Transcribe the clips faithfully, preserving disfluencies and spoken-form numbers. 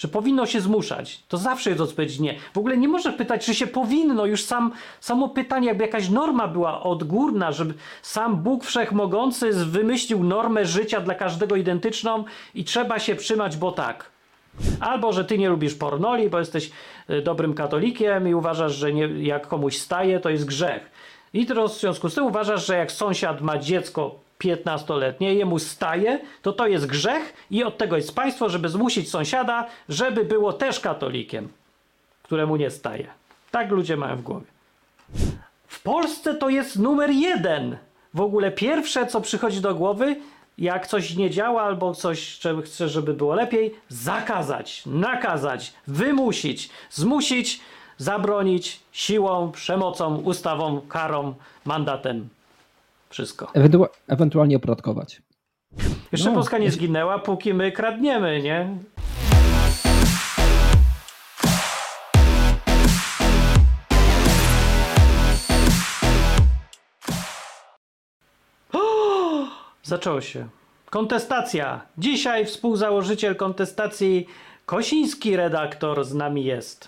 Czy powinno się zmuszać? To zawsze jest odpowiedź nie. W ogóle nie możesz pytać, czy się powinno. Już sam, samo pytanie, jakby jakaś norma była odgórna, żeby sam Bóg Wszechmogący wymyślił normę życia dla każdego identyczną i trzeba się trzymać, bo tak. Albo, że ty nie lubisz pornoli, bo jesteś dobrym katolikiem i uważasz, że nie, jak komuś staje, to jest grzech. I teraz w związku z tym uważasz, że jak sąsiad ma dziecko piętnastoletnie, jemu staje, to to jest grzech i od tego jest państwo, żeby zmusić sąsiada, żeby było też katolikiem, któremu nie staje. Tak ludzie mają w głowie. W Polsce to jest numer jeden. W ogóle pierwsze, co przychodzi do głowy, jak coś nie działa albo coś chce, żeby było lepiej, zakazać, nakazać, wymusić, zmusić, zabronić siłą, przemocą, ustawą, karą, mandatem. Wszystko. Ewentu- ewentualnie opodatkować. Jeszcze no, Polska nie jest... zginęła, póki my kradniemy, nie? O! Zaczęło się. Kontestacja. Dzisiaj współzałożyciel kontestacji Kosiński, redaktor, z nami jest.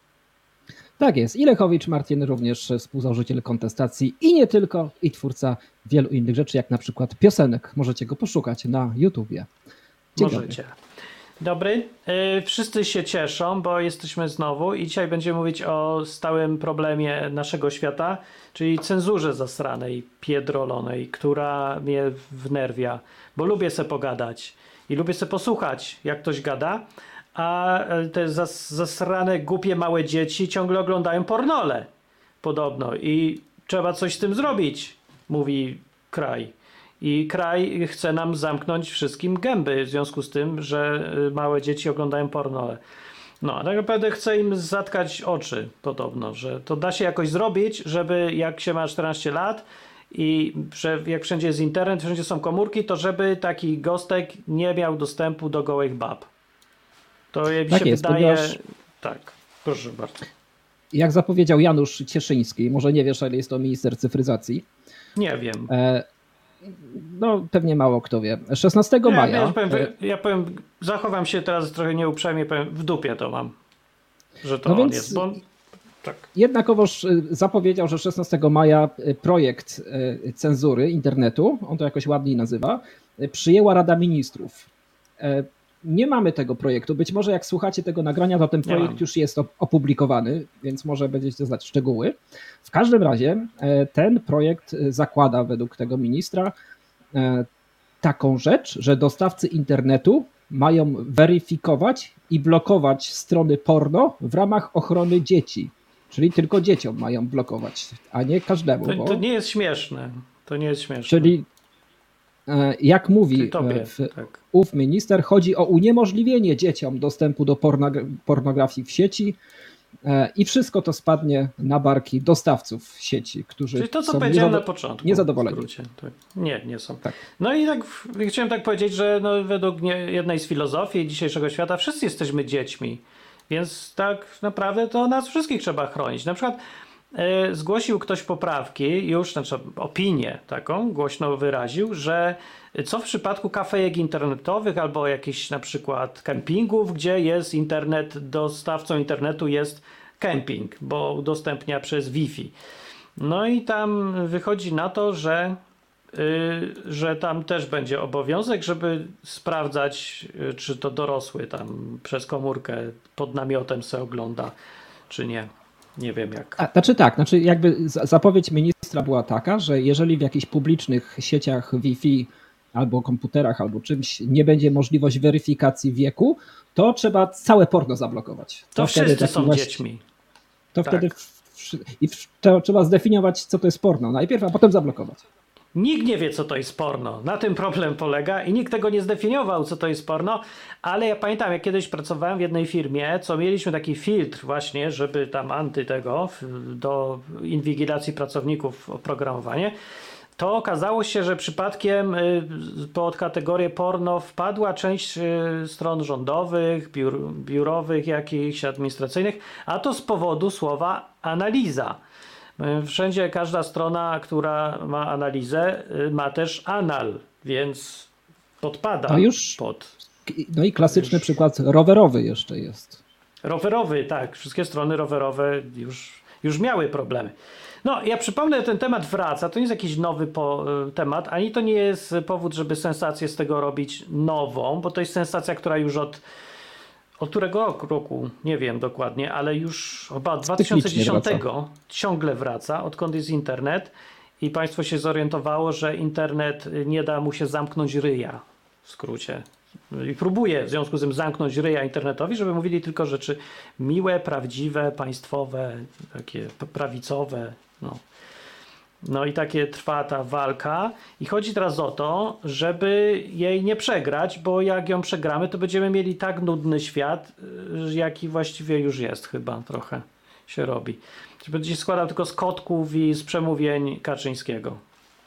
Tak jest. I Lechowicz Martin, również współzałożyciel kontestacji i nie tylko, i twórca wielu innych rzeczy, jak na przykład piosenek. Możecie go poszukać na YouTubie. Dzień Możecie. Dobry. Dobry. Yy, wszyscy się cieszą, bo jesteśmy znowu i dzisiaj będziemy mówić o stałym problemie naszego świata, czyli cenzurze zasranej, piedrolonej, która mnie wnerwia, bo lubię se pogadać i lubię se posłuchać, jak ktoś gada, a te zas, zasrane, głupie małe dzieci ciągle oglądają pornole podobno i trzeba coś z tym zrobić, mówi kraj. I kraj chce nam zamknąć wszystkim gęby w związku z tym, że małe dzieci oglądają pornole. No, tak naprawdę chce im zatkać oczy podobno, że to da się jakoś zrobić, żeby jak się ma czternaście lat i jak wszędzie jest internet, wszędzie są komórki, to żeby taki gostek nie miał dostępu do gołych bab. To mi tak się jest, wydaje... ponieważ... Tak, proszę bardzo. Jak zapowiedział Janusz Cieszyński, może nie wiesz, ale jest to minister cyfryzacji. Nie wiem. E, no pewnie mało kto wie. szesnastego Nie, maja... Ja powiem, ja powiem, zachowam się teraz trochę nieuprzejmie, powiem, w dupie to mam, że to no on więc... jest, bo... Tak. Jednakowoż zapowiedział, że szesnastego maja projekt cenzury internetu, on to jakoś ładniej nazywa, przyjęła Rada Ministrów. Nie mamy tego projektu. Być może jak słuchacie tego nagrania, to ten projekt już jest opublikowany, więc może będziecie znać szczegóły. W każdym razie ten projekt zakłada według tego ministra taką rzecz, że dostawcy internetu mają weryfikować i blokować strony porno w ramach ochrony dzieci. Czyli tylko dzieciom mają blokować, a nie każdemu. To, bo... to nie jest śmieszne. To nie jest śmieszne. Czyli jak mówi tobie, w, tak. ów minister, chodzi o uniemożliwienie dzieciom dostępu do pornografii w sieci i wszystko to spadnie na barki dostawców sieci, którzy Czyli to, co są powiedziałem niezado- na początku. niezadowoleni. Tak. Nie, nie są. Tak. No i tak chciałem tak powiedzieć, że no, według jednej z filozofii dzisiejszego świata wszyscy jesteśmy dziećmi, więc tak naprawdę to nas wszystkich trzeba chronić. Na przykład e, zgłosił ktoś poprawki, już znaczy opinię taką głośno wyraził, że co w przypadku kafejek internetowych albo jakichś na przykład kempingów, gdzie jest internet, dostawcą internetu jest kemping, bo udostępnia przez Wi-Fi. No i tam wychodzi na to, że, yy, że tam też będzie obowiązek, żeby sprawdzać, yy, czy to dorosły tam przez komórkę pod namiotem se ogląda, czy nie. Nie wiem jak. A, znaczy tak, znaczy jakby zapowiedź ministra była taka, że jeżeli w jakichś publicznych sieciach Wi-Fi albo komputerach, albo czymś nie będzie możliwość weryfikacji wieku, to trzeba całe porno zablokować. To, to wszyscy są właśnie, dziećmi. To tak. wtedy w, i w, to trzeba zdefiniować, co to jest porno najpierw, a potem zablokować. Nikt nie wie, co to jest porno. Na tym problem polega i nikt tego nie zdefiniował, co to jest porno, ale ja pamiętam, jak kiedyś pracowałem w jednej firmie, co mieliśmy taki filtr właśnie, żeby tam anty tego, do inwigilacji pracowników oprogramowanie, to okazało się, że przypadkiem pod kategorię porno wpadła część stron rządowych, biur, biurowych, jakichś administracyjnych, a to z powodu słowa analiza. Wszędzie każda strona, która ma analizę, ma też anal, więc podpada a już, pod No i klasyczny już... przykład rowerowy jeszcze jest. Rowerowy, tak. Wszystkie strony rowerowe już, już miały problemy. No, ja przypomnę, ten temat wraca. To nie jest jakiś nowy po, temat, ani to nie jest powód, żeby sensację z tego robić nową, bo to jest sensacja, która już od od którego roku, nie wiem dokładnie, ale już chyba od dwa tysiące dziesiątego wraca. Ciągle wraca, odkąd jest internet i państwo się zorientowało, że internet nie da mu się zamknąć ryja, w skrócie. I próbuje w związku z tym zamknąć ryja internetowi, żeby mówili tylko rzeczy miłe, prawdziwe, państwowe, takie prawicowe. No. No i takie trwa ta walka i chodzi teraz o to, żeby jej nie przegrać, bo jak ją przegramy, to będziemy mieli tak nudny świat, jaki właściwie już jest chyba trochę się robi. Będzie się składał tylko z kotków i z przemówień Kaczyńskiego.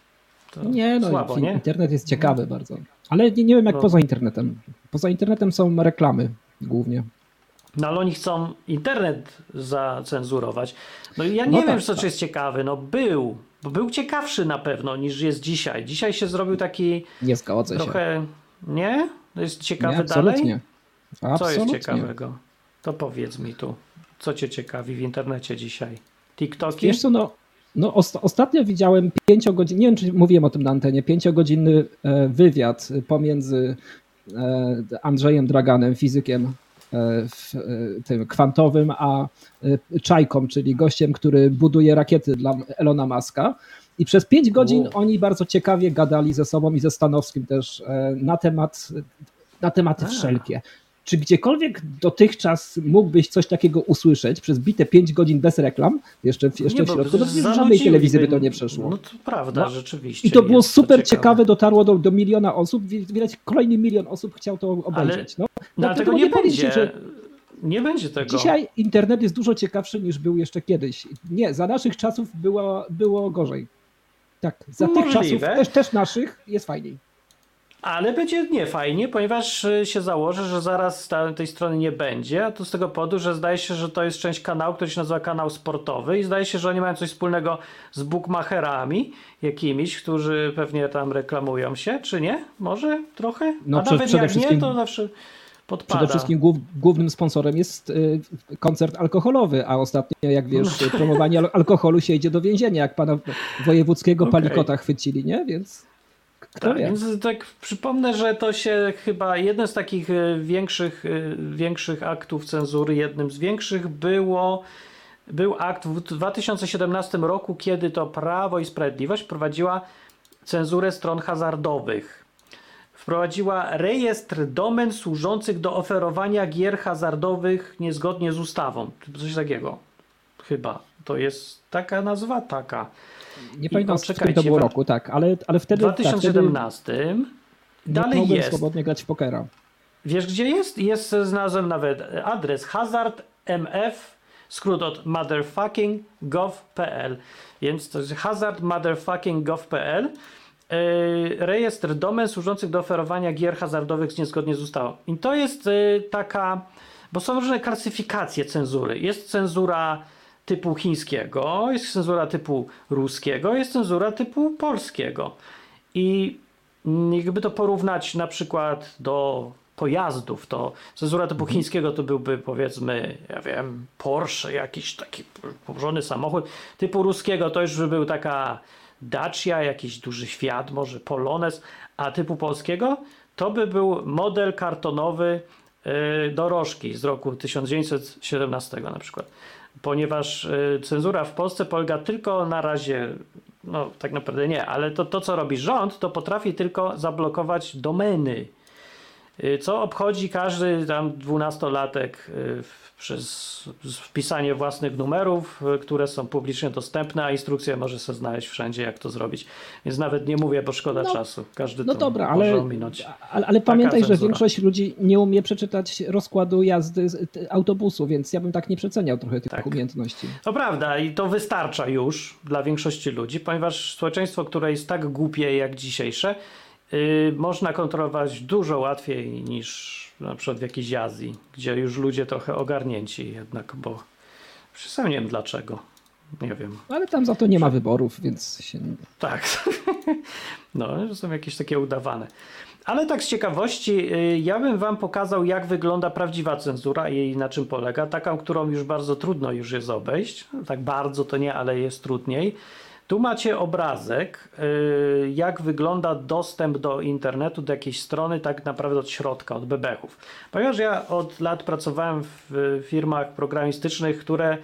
To nie, no słabo, nie? Internet jest ciekawy no. bardzo. Ale nie, nie wiem jak no. poza internetem. Poza internetem są reklamy głównie. No ale oni chcą internet zacenzurować. No i ja nie no wiem, tak, co tak. czy jest ciekawy. No był, bo był ciekawszy na pewno niż jest dzisiaj. Dzisiaj się zrobił taki nie zgodzę trochę... się. Nie? To jest ciekawy nie, absolutnie. dalej? Absolutnie. Co jest ciekawego? To powiedz mi tu. Co cię ciekawi w internecie dzisiaj? TikToki? Wiesz co, no, no osta- ostatnio widziałem pięciogodzinny, nie wiem czy mówiłem o tym na antenie, pięciogodzinny e, wywiad pomiędzy e, Andrzejem Draganem, fizykiem w tym kwantowym, a Czajką, czyli gościem, który buduje rakiety dla Elona Muska. I przez pięć godzin U. oni bardzo ciekawie gadali ze sobą i ze Stanowskim też na temat, na tematy a. wszelkie. Czy gdziekolwiek dotychczas mógłbyś coś takiego usłyszeć przez bite pięć godzin bez reklam, jeszcze, jeszcze nie, w środku, no, żadnej telewizji by to nie przeszło. No to prawda, no. rzeczywiście. I to było super ciekawe. ciekawe, dotarło do, do miliona osób, widać kolejny milion osób chciał to obejrzeć. Ale, no, no, ale tego nie będzie. Że nie będzie tego. Dzisiaj internet jest dużo ciekawszy niż był jeszcze kiedyś. Nie, za naszych czasów było, było gorzej. Tak, za Możliwe. tych czasów, też, też naszych, jest fajniej. Ale będzie nie fajnie, ponieważ się założy, że zaraz tej strony nie będzie, a to z tego powodu, że zdaje się, że to jest część kanału, który się nazywa kanał sportowy i zdaje się, że oni mają coś wspólnego z bookmacherami jakimiś, którzy pewnie tam reklamują się, czy nie? Może trochę? No, a przed, nawet jak nie, to zawsze podpada. Przede wszystkim głów, głównym sponsorem jest y, koncert alkoholowy, a ostatnio, jak wiesz, no. promowanie al- alkoholu się idzie do więzienia, jak pana wojewódzkiego okay. Palikota chwycili, nie? Więc... Kto tak, wie? Więc tak przypomnę, że to się chyba jeden z takich większych, większych aktów cenzury, jednym z większych było, był akt w dwa tysiące siedemnastym roku, kiedy to Prawo i Sprawiedliwość wprowadziła cenzurę stron hazardowych. Wprowadziła rejestr domen służących do oferowania gier hazardowych niezgodnie z ustawą. Coś takiego. Chyba. To jest taka nazwa, taka. Nie pamiętam, w którym to było roku, tak, ale, ale wtedy... W dwa tysiące siedemnastym tak, dalej nie jest. swobodnie grać w pokera. Wiesz gdzie jest? Jest, znalazłem nawet adres hazard m f, skrót od motherfucking gov kropka p l, więc to jest hazard motherfucking gov kropka p l, yy, rejestr domen służących do oferowania gier hazardowych niezgodnie z ustawą. I to jest yy, taka, bo są różne klasyfikacje cenzury. Jest cenzura typu chińskiego, jest cenzura typu ruskiego, jest cenzura typu polskiego. I jakby to porównać na przykład do pojazdów, to cenzura typu chińskiego to byłby powiedzmy, ja wiem, Porsche, jakiś taki położony samochód. Typu ruskiego to już by był taka Dacia, jakiś duży Fiat, może Polonez, a typu polskiego to by był model kartonowy yy, dorożki z roku tysiąc dziewięćset siedemnastego na przykład. Ponieważ y, cenzura w Polsce polega tylko na razie, no tak naprawdę nie, ale to, to co robi rząd, to potrafi tylko zablokować domeny, y, co obchodzi każdy tam dwunastolatek y, przez wpisanie własnych numerów, y, które są publicznie dostępne, a instrukcję może sobie znaleźć wszędzie, jak to zrobić. Więc nawet nie mówię, bo szkoda no, czasu. Każdy no to dobra, może ale, ominąć. Ale, ale pamiętaj, że większość ludzi nie umie przeczytać rozkładu jazdy autobusu, więc ja bym tak nie przeceniał trochę tych tak. umiejętności. To prawda i to wystarcza już dla większości ludzi, ponieważ społeczeństwo, które jest tak głupie jak dzisiejsze, yy, można kontrolować dużo łatwiej niż na przykład w jakiejś Azji, gdzie już ludzie trochę ogarnięci jednak, bo sam nie wiem dlaczego. Nie wiem. Ale tam za to nie ma wyborów, więc się... Tak. No, są jakieś takie udawane. Ale tak z ciekawości, ja bym wam pokazał, jak wygląda prawdziwa cenzura i na czym polega. Taką, którą już bardzo trudno już jest obejść. Tak bardzo to nie, ale jest trudniej. Tu macie obrazek, jak wygląda dostęp do internetu, do jakiejś strony, tak naprawdę od środka, od bebechów. Ponieważ ja od lat pracowałem w firmach programistycznych, które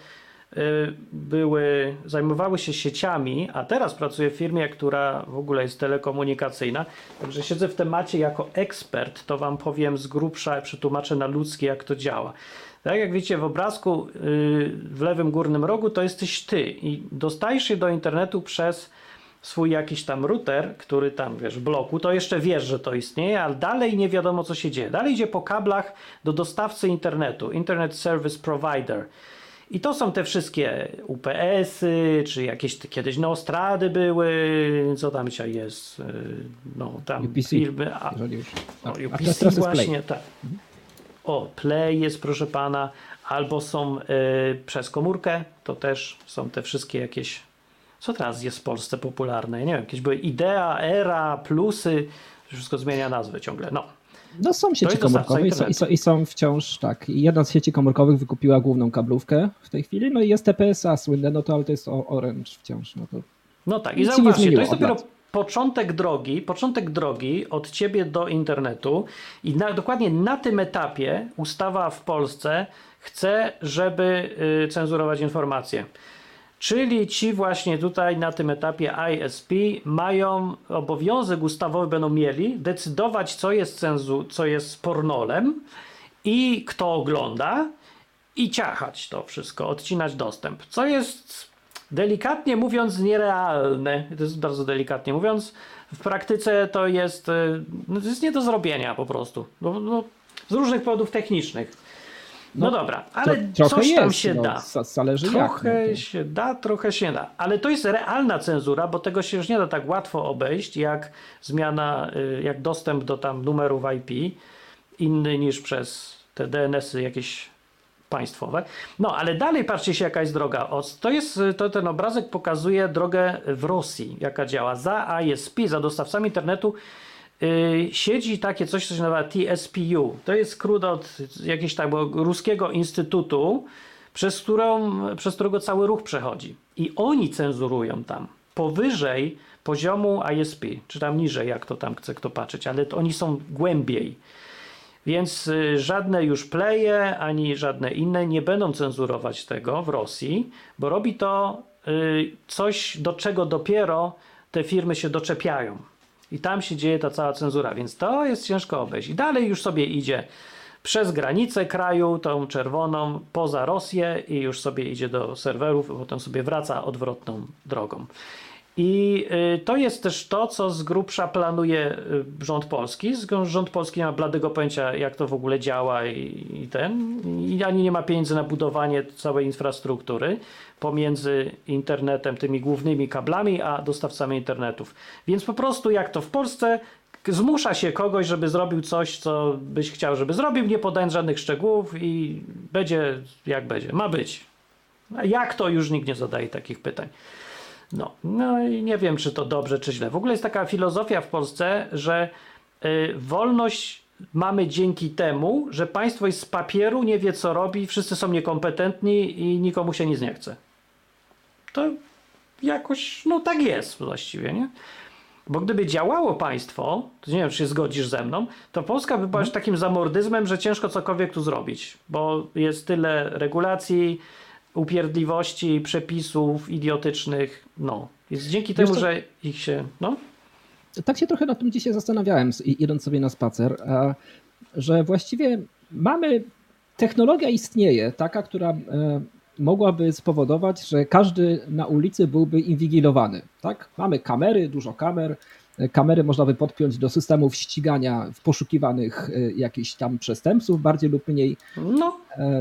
były, zajmowały się sieciami, a teraz pracuję w firmie, która w ogóle jest telekomunikacyjna, także siedzę w temacie jako ekspert, to wam powiem z grubsza, przetłumaczę na ludzki, jak to działa. Tak jak widzicie w obrazku w lewym górnym rogu, to jesteś ty i dostajesz się do internetu przez swój jakiś tam router, który tam, wiesz, w bloku, to jeszcze wiesz, że to istnieje, ale dalej nie wiadomo, co się dzieje. Dalej idzie po kablach do dostawcy internetu, Internet Service Provider. I to są te wszystkie U P S-y, czy jakieś kiedyś Neostrady były, co tam dzisiaj jest, no tam U P C, firmy, a, jeżeli już. no, A, U a P teraz C jest właśnie, Play. tak. O, Play jest, proszę pana, albo są y, przez komórkę, to też są te wszystkie jakieś, co teraz jest w Polsce popularne, ja nie wiem, jakieś były Idea, Era, Plusy, wszystko zmienia nazwy ciągle, no. No są sieci jest komórkowe i są, i, są, i są wciąż, tak. I jedna z sieci komórkowych wykupiła główną kablówkę w tej chwili, no i jest T P S A słynne, no to ale to jest Orange wciąż. No, to no tak, i nic się nie zauważcie, zmieniło to jest od dopiero lat. początek drogi, początek drogi od ciebie do internetu i na, dokładnie na tym etapie ustawa w Polsce chce, żeby y, cenzurować informacje. Czyli ci właśnie tutaj na tym etapie I S P mają obowiązek ustawowy, będą mieli decydować, co jest cenzu, co jest pornolem i kto ogląda i ciachać to wszystko, odcinać dostęp. Co jest delikatnie mówiąc nierealne. To jest bardzo delikatnie mówiąc. W praktyce to jest, no to jest nie do zrobienia po prostu. No, no, z różnych powodów technicznych. No, no dobra, ale to, coś tam jest, się no, da. Zależy trochę jak, no to... się da, trochę się da. Ale to jest realna cenzura, bo tego się już nie da tak łatwo obejść, jak zmiana, jak dostęp do tam numerów I P, inny niż przez te D N S-y jakieś państwowe. No, ale dalej patrzcie się, jaka jest droga. To jest, to ten obrazek pokazuje drogę w Rosji, jaka działa. Za I S P, za dostawcami internetu Yy, siedzi takie coś, co się nazywa T S P U. To jest skrót od jakiegoś tam ruskiego instytutu, przez, którą, przez którego cały ruch przechodzi. I oni cenzurują tam powyżej poziomu I S P, czy tam niżej, jak to tam chce kto patrzeć, ale to oni są głębiej. Więc y, żadne już playe, ani żadne inne nie będą cenzurować tego w Rosji, bo robi to y, coś, do czego dopiero te firmy się doczepiają. I tam się dzieje ta cała cenzura, więc to jest ciężko obejść. I dalej już sobie idzie przez granicę kraju, tą czerwoną, poza Rosję i już sobie idzie do serwerów, a potem sobie wraca odwrotną drogą. I y, to jest też to, co z grubsza planuje y, rząd polski. Rząd polski nie ma bladego pojęcia, jak to w ogóle działa i, i ten, i ani nie ma pieniędzy na budowanie całej infrastruktury pomiędzy internetem, tymi głównymi kablami, a dostawcami internetów. Więc po prostu jak to w Polsce, zmusza się kogoś, żeby zrobił coś, co byś chciał, żeby zrobił, nie podając żadnych szczegółów i będzie jak będzie. Ma być. A jak to, już nikt nie zadaje takich pytań. No, no i nie wiem, czy to dobrze, czy źle. W ogóle jest taka filozofia w Polsce, że y, wolność mamy dzięki temu, że państwo jest z papieru, nie wie co robi, wszyscy są niekompetentni i nikomu się nic nie chce. To jakoś, no tak jest właściwie, nie? Bo gdyby działało państwo, to nie wiem, czy się zgodzisz ze mną, to Polska by była już takim zamordyzmem, że ciężko cokolwiek tu zrobić, bo jest tyle regulacji, upierdliwości, przepisów idiotycznych, no. Jest dzięki temu, to, że ich się, no. Tak się trochę nad tym dzisiaj zastanawiałem, idąc sobie na spacer, że właściwie mamy, technologia istnieje, taka, która mogłaby spowodować, że każdy na ulicy byłby inwigilowany, tak? Mamy kamery, dużo kamer, kamery można by podpiąć do systemów ścigania w poszukiwanych jakichś tam przestępców, bardziej lub mniej no.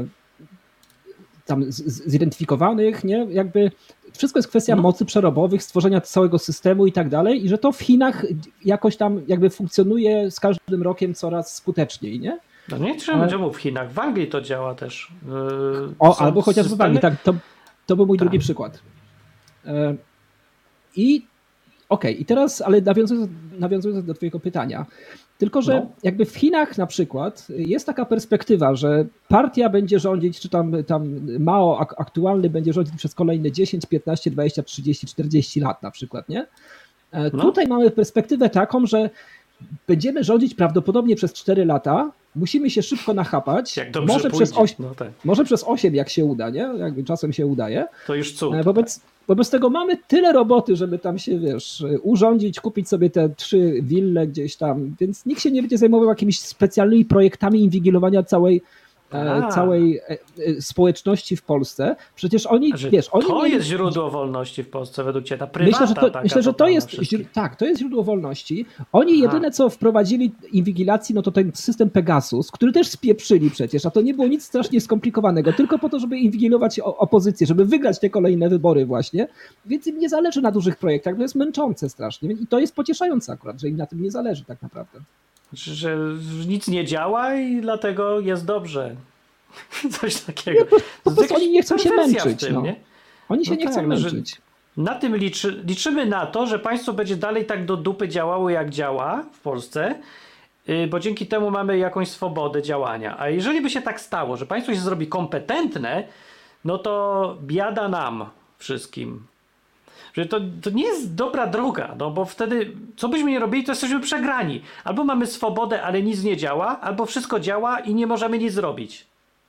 tam zidentyfikowanych, nie? Jakby wszystko jest kwestia no. mocy przerobowych, stworzenia całego systemu i tak dalej, i że to w Chinach jakoś tam jakby funkcjonuje z każdym rokiem coraz skuteczniej, nie? No nie trzeba będzie w Chinach, w Anglii to działa też. Yy, o, albo chociażby systemy... w Anglii, tak, to, to był mój tak. drugi przykład. Yy, I Okej, okay, i teraz, ale nawiązując, nawiązując do twojego pytania, tylko że no. jakby w Chinach na przykład jest taka perspektywa, że partia będzie rządzić, czy tam, tam Mao aktualny będzie rządzić przez kolejne dziesięć, piętnaście, dwadzieścia, trzydzieści, czterdzieści lat na przykład, nie? No. Tutaj mamy perspektywę taką, że będziemy rządzić prawdopodobnie przez cztery lata, musimy się szybko nachapać, może przez, oś, no tak. może przez osiem jak się uda, nie? Jakby czasem się udaje. To już cud. Wobec, wobec tego mamy tyle roboty, żeby tam się, wiesz, urządzić, kupić sobie te trzy wille gdzieś tam, więc nikt się nie będzie zajmował jakimiś specjalnymi projektami inwigilowania całej A. całej społeczności w Polsce. Przecież oni, że wiesz, oni to mieli... jest źródło wolności w Polsce według ciebie, ta prywata. Myślę, że to, myślę, że to jest, tak, to jest źródło wolności. Oni Aha. jedyne, co wprowadzili inwigilacji, no to ten system Pegasus, który też spieprzyli przecież, a to nie było nic strasznie skomplikowanego, tylko po to, żeby inwigilować opozycję, żeby wygrać te kolejne wybory właśnie, więc im nie zależy na dużych projektach, to jest męczące strasznie i to jest pocieszające akurat, że im na tym nie zależy tak naprawdę. Że nic nie działa i dlatego jest dobrze. Coś takiego. Nie, po, po prostu oni nie chcą się męczyć. Tym, no. nie? Oni się no nie tak, chcą no, męczyć. Na tym liczy, liczymy na to, że państwo będzie dalej tak do dupy działało, jak działa w Polsce, yy, bo dzięki temu mamy jakąś swobodę działania. A jeżeli by się tak stało, że państwo się zrobi kompetentne, no to biada nam wszystkim. Że to, to nie jest dobra droga, no bo wtedy, co byśmy nie robili, to jesteśmy przegrani. Albo mamy swobodę, ale nic nie działa, albo wszystko działa i nie możemy nic zrobić.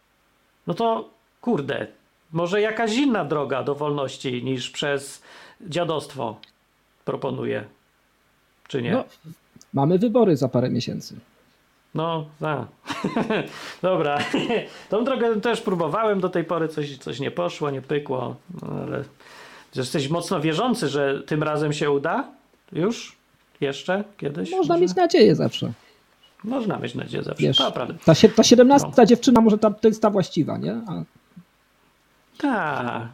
No to, kurde, może jakaś inna droga do wolności niż przez dziadostwo proponuje, czy nie? No, mamy wybory za parę miesięcy. No, a. Dobra. Tą drogę też próbowałem do tej pory, coś, coś nie poszło, nie pykło, no, ale... Jesteś mocno wierzący, że tym razem się uda? Już? Jeszcze? Kiedyś? Można może? mieć nadzieję zawsze. Można mieć nadzieję zawsze. Wiesz, to prawda. Ta, ta siedemnasta no. dziewczyna może ta, to jest ta właściwa, nie? A... Tak.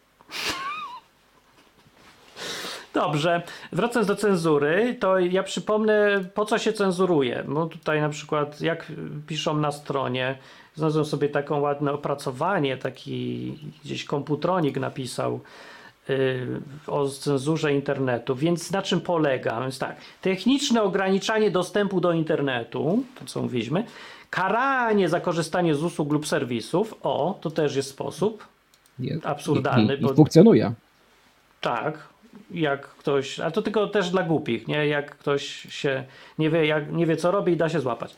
Dobrze. Wracając do cenzury, to ja przypomnę, po co się cenzuruje. No tutaj na przykład, jak piszą na stronie, znalazłem sobie taką ładne opracowanie, taki gdzieś komputronik napisał yy, o cenzurze internetu. Więc na czym polega? Więc tak, techniczne ograniczanie dostępu do internetu, to co mówiliśmy, karanie za korzystanie z usług lub serwisów, o, to też jest sposób jest, absurdalny. I, i, bo, i funkcjonuje. Tak, jak ktoś, a to tylko też dla głupich, nie? Jak ktoś się nie wie, jak, nie wie co robi i da się złapać.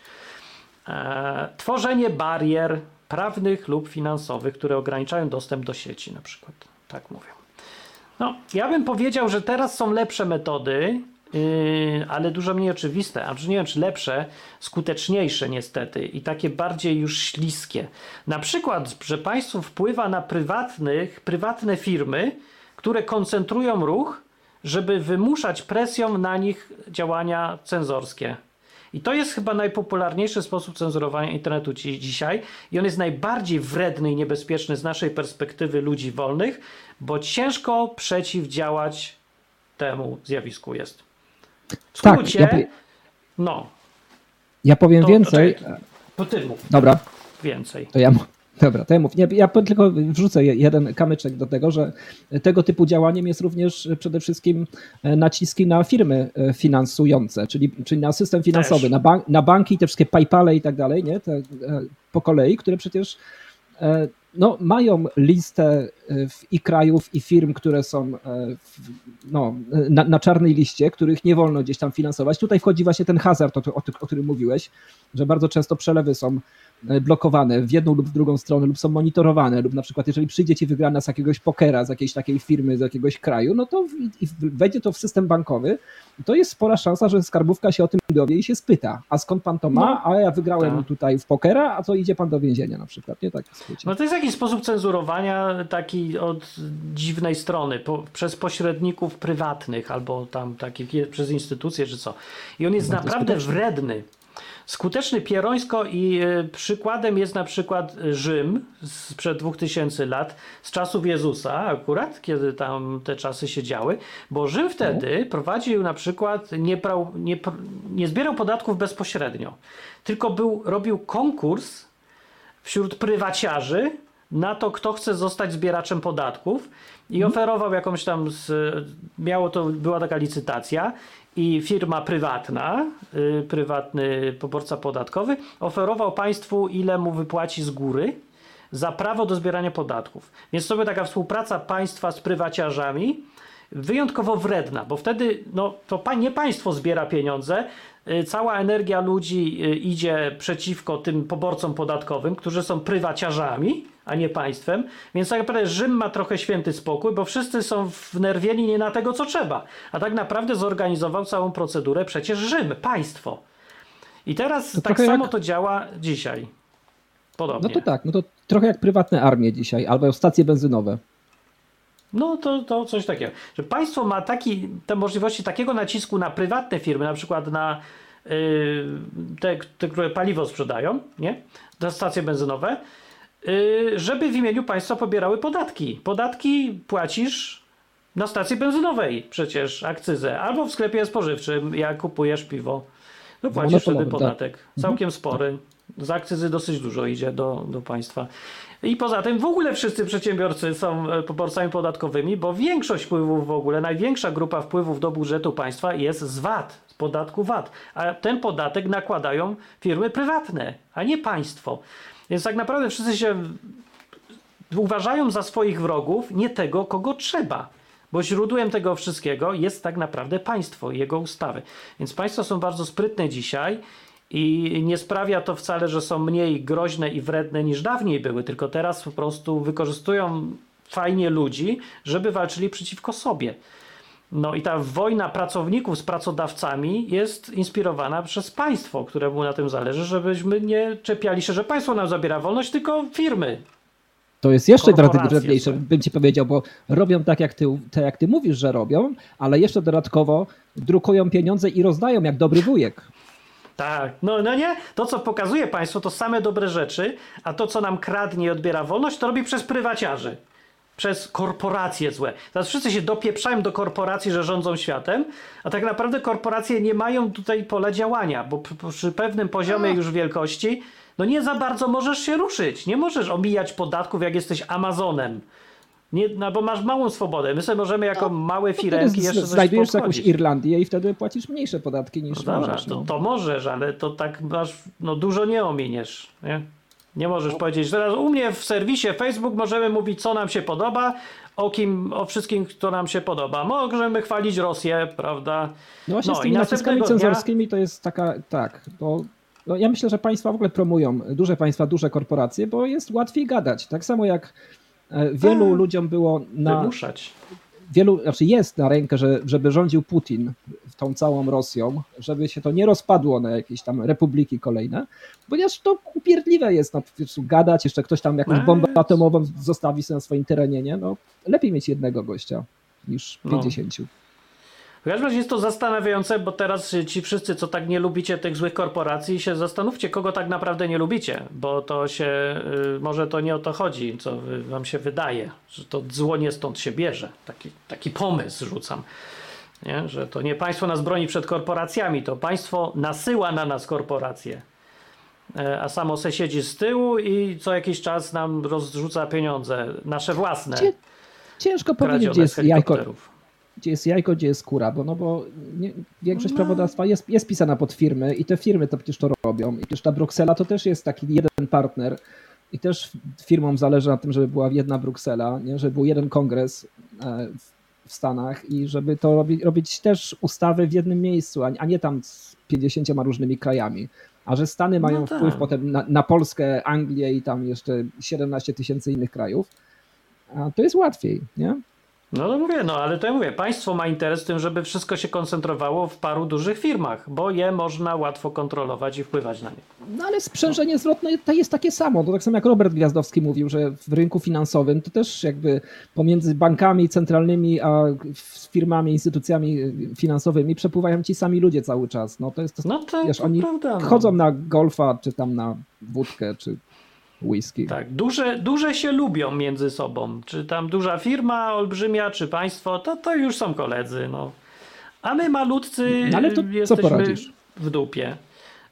E, tworzenie barier prawnych lub finansowych, które ograniczają dostęp do sieci na przykład. Tak mówią. No, ja bym powiedział, że teraz są lepsze metody, yy, ale dużo mniej oczywiste, a nie wiem czy lepsze, skuteczniejsze niestety i takie bardziej już śliskie. Na przykład, że państwo wpływa na prywatnych, prywatne firmy, które koncentrują ruch, żeby wymuszać presją na nich działania cenzorskie. I to jest chyba najpopularniejszy sposób cenzurowania internetu ci, dzisiaj i on jest najbardziej wredny i niebezpieczny z naszej perspektywy ludzi wolnych, bo ciężko przeciwdziałać temu zjawisku jest. W skrócie, tak, ja, no. Ja powiem to, więcej. To, to ty mów. Dobra. Więcej. To ja Dobra, to ja mów. Nie, ja tylko wrzucę jeden kamyczek do tego, że tego typu działaniem jest również przede wszystkim naciski na firmy finansujące, czyli, czyli na system finansowy, na, bank, na banki, te wszystkie PayPale i tak dalej, nie? Te, po kolei, które przecież no, mają listę i krajów, i firm, które są w, no, na, na czarnej liście, których nie wolno gdzieś tam finansować. Tutaj wchodzi właśnie ten hazard, o, o, o którym mówiłeś, że bardzo często przelewy są blokowane w jedną lub w drugą stronę lub są monitorowane lub na przykład jeżeli przyjdzie ci wygrana z jakiegoś pokera, z jakiejś takiej firmy, z jakiegoś kraju, no to w, i wejdzie to w system bankowy, to jest spora szansa, że skarbówka się o tym dowie i się spyta, a skąd pan to ma, no, a ja wygrałem tak. tutaj w pokera, a to idzie pan do więzienia na przykład, nie tak w skrócie. No to jest jakiś sposób cenzurowania taki od dziwnej strony, po, przez pośredników prywatnych albo tam takich przez instytucje czy co. I on jest naprawdę skuteczny. wredny. Skuteczny pierońsko i y, przykładem jest na przykład Rzym sprzed dwóch tysięcy lat, z czasów Jezusa akurat, kiedy tam te czasy się działy, bo Rzym wtedy prowadził na przykład, nie, brał, nie, nie zbierał podatków bezpośrednio, tylko był, robił konkurs wśród prywaciarzy na to, kto chce zostać zbieraczem podatków i oferował jakąś tam, z, miało to, była taka licytacja i firma prywatna, y, prywatny poborca podatkowy oferował państwu, ile mu wypłaci z góry za prawo do zbierania podatków. Więc to była taka współpraca państwa z prywaciarzami, wyjątkowo wredna, bo wtedy no, to pa, nie państwo zbiera pieniądze, y, cała energia ludzi y, idzie przeciwko tym poborcom podatkowym, którzy są prywaciarzami, a nie państwem, więc tak naprawdę Rzym ma trochę święty spokój, bo wszyscy są wnerwieni nie na tego, co trzeba, a tak naprawdę zorganizował całą procedurę przecież Rzym, państwo. I teraz to tak samo jak... to działa dzisiaj. Podobnie. No to tak, no to trochę jak prywatne armie dzisiaj, albo stacje benzynowe. No to, to coś takiego, że państwo ma taki, te możliwości takiego nacisku na prywatne firmy, na przykład na yy, te, te, które paliwo sprzedają, nie? Na stacje benzynowe, yy, żeby w imieniu państwa pobierały podatki. Podatki płacisz na stacji benzynowej przecież, akcyzę, albo w sklepie spożywczym, jak kupujesz piwo, no płacisz wtedy podatek. Tak. Całkiem spory. Z akcyzy dosyć dużo idzie do, do państwa. I poza tym w ogóle wszyscy przedsiębiorcy są poborcami podatkowymi, bo większość wpływów w ogóle, największa grupa wpływów do budżetu państwa jest z V A T, z podatku V A T. A ten podatek nakładają firmy prywatne, a nie państwo. Więc tak naprawdę wszyscy się uważają za swoich wrogów, nie tego, kogo trzeba. Bo źródłem tego wszystkiego jest tak naprawdę państwo i jego ustawy. Więc państwa są bardzo sprytne dzisiaj i nie sprawia to wcale, że są mniej groźne i wredne niż dawniej były, tylko teraz po prostu wykorzystują fajnie ludzi, żeby walczyli przeciwko sobie. No i ta wojna pracowników z pracodawcami jest inspirowana przez państwo, któremu na tym zależy, żebyśmy nie czepiali się, że państwo nam zabiera wolność, tylko firmy. To jest jeszcze wredniejsze, bym ci powiedział, bo robią tak jak, ty, tak, jak ty mówisz, że robią, ale jeszcze dodatkowo drukują pieniądze i rozdają jak dobry wujek. Tak, no, no nie, to co pokazuje państwo to same dobre rzeczy, a to co nam kradnie i odbiera wolność to robi przez prywaciarzy, przez korporacje złe. Teraz wszyscy się dopieprzają do korporacji, że rządzą światem, a tak naprawdę korporacje nie mają tutaj pola działania, bo przy pewnym poziomie już wielkości no nie za bardzo możesz się ruszyć, nie możesz omijać podatków jak jesteś Amazonem. Nie, no bo masz małą swobodę. My sobie możemy jako no, małe firenki jeszcze coś znajdujesz jakąś Irlandię i wtedy płacisz mniejsze podatki niż no możesz. Dobra, no. to, to możesz, ale to tak masz, no dużo nie ominiesz. Nie, nie możesz no. powiedzieć, teraz u mnie w serwisie Facebook możemy mówić, co nam się podoba, o kim, o wszystkim, kto nam się podoba. Możemy chwalić Rosję, prawda? No właśnie no, z tymi naciskami cenzorskimi dnia... to jest taka, tak, bo no ja myślę, że państwa w ogóle promują, duże państwa, duże korporacje, bo jest łatwiej gadać. Tak samo jak wielu A, ludziom było na... Wymuszać. Wielu, znaczy jest na rękę, że, żeby rządził Putin tą całą Rosją, żeby się to nie rozpadło na jakieś tam republiki kolejne, ponieważ to upierdliwe jest no, gadać, jeszcze ktoś tam jakąś bombę atomową zostawi sobie na swoim terenie, nie? No, lepiej mieć jednego gościa niż pięćdziesięciu. No. W każdym razie jest to zastanawiające, bo teraz ci wszyscy, co tak nie lubicie tych złych korporacji, się zastanówcie, kogo tak naprawdę nie lubicie, bo to się, y, może to nie o to chodzi, co wam się wydaje, że to zło nie stąd się bierze. Taki, taki pomysł rzucam, nie? Że to nie państwo nas broni przed korporacjami, to państwo nasyła na nas korporacje, y, a samo se siedzi z tyłu i co jakiś czas nam rozrzuca pieniądze, nasze własne. Ciężko powiedzieć, gdzie jest jajko. Gdzie jest jajko, gdzie jest kura, bo, no bo nie, większość no. prawodawstwa jest, jest pisana pod firmy i te firmy to przecież to robią. I przecież ta Bruksela to też jest taki jeden partner i też firmom zależy na tym, żeby była jedna Bruksela, nie? Żeby był jeden kongres w Stanach i żeby to robić, robić też ustawy w jednym miejscu, a nie tam z pięćdziesięcioma różnymi krajami. A że Stany mają no tak. wpływ potem na, na Polskę, Anglię i tam jeszcze siedemnaście tysięcy innych krajów, to jest łatwiej, nie? No to mówię, no ale to ja mówię, państwo ma interes w tym, żeby wszystko się koncentrowało w paru dużych firmach, bo je można łatwo kontrolować i wpływać na nie. No ale sprzężenie no. zwrotne to jest takie samo, to tak samo jak Robert Gwiazdowski mówił, że w rynku finansowym to też jakby pomiędzy bankami centralnymi a firmami, instytucjami finansowymi przepływają ci sami ludzie cały czas. No to jest to, no to, wiesz, to oni prawda, no. chodzą na golfa, czy tam na wódkę, czy whisky. Tak, duże, duże się lubią między sobą. Czy tam duża firma, olbrzymia, czy państwo, to, to już są koledzy. No. A my malutcy no, ale to jesteśmy co poradzisz? w dupie.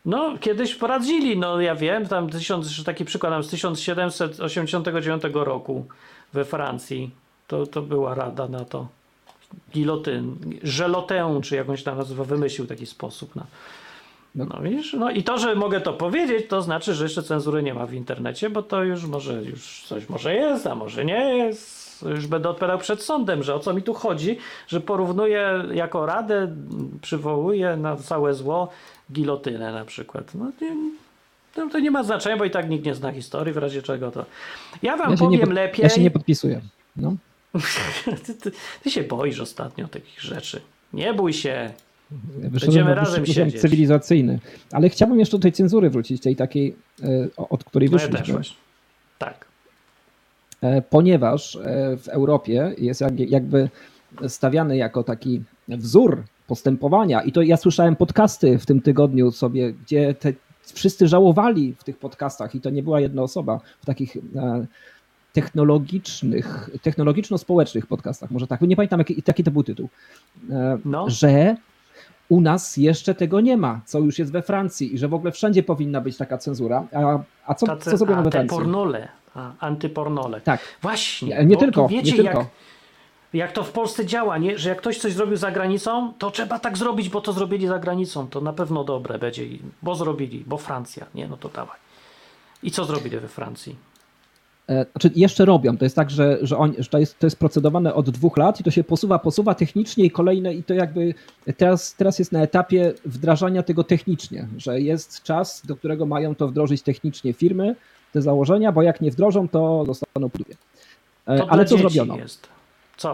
No, kiedyś poradzili, no ja wiem, tam tysiąc, taki przykład tam z tysiąc siedemset osiemdziesiątego dziewiątego roku we Francji, to, to była rada na to. Gilotyn, żelotę, czy jakąś tam nazywa, wymyślił taki sposób na... No widzisz, no i to, że mogę to powiedzieć, to znaczy, że jeszcze cenzury nie ma w internecie, bo to już może, już coś może jest, a może nie jest. Już będę odpowiadał przed sądem, że o co mi tu chodzi, że porównuję jako radę, przywołuję na całe zło gilotynę na przykład. No nie, to, to nie ma znaczenia, bo i tak nikt nie zna historii, w razie czego to... Ja wam ja powiem pod, lepiej... Ja się nie podpisuję. No. ty, ty, ty się boisz ostatnio takich rzeczy. Nie bój się. Ja Będziemy razem siedzieć. Cywilizacyjny. Ale chciałbym jeszcze do tej cenzury wrócić, tej takiej, od której No ja wyszliśmy. też tak. Ponieważ w Europie jest jakby stawiany jako taki wzór postępowania i to ja słyszałem podcasty w tym tygodniu sobie, gdzie te wszyscy żałowali w tych podcastach i to nie była jedna osoba, w takich technologicznych, technologiczno-społecznych podcastach, może tak, nie pamiętam jaki, jaki to był tytuł, no. że u nas jeszcze tego nie ma, co już jest we Francji i że w ogóle wszędzie powinna być taka cenzura. A, a co, Tacy, co zrobiono a, we te Francji? pornole, a, antypornole. Tak. Właśnie. Nie tylko, wiecie, nie tylko. Jak, jak to w Polsce działa, nie? Że jak ktoś coś zrobił za granicą, to trzeba tak zrobić, bo to zrobili za granicą. To na pewno dobre będzie, bo zrobili, bo Francja. Nie, no to dawaj. I co zrobili we Francji? Znaczy jeszcze robią. To jest tak, że, że, on, że to, jest, to jest procedowane od dwóch lat i to się posuwa, posuwa technicznie i kolejne i to jakby teraz, teraz jest na etapie wdrażania tego technicznie, że jest czas, do którego mają to wdrożyć technicznie firmy, te założenia, bo jak nie wdrożą, to zostaną po dupie. To ale co zrobiono? Jest. Co?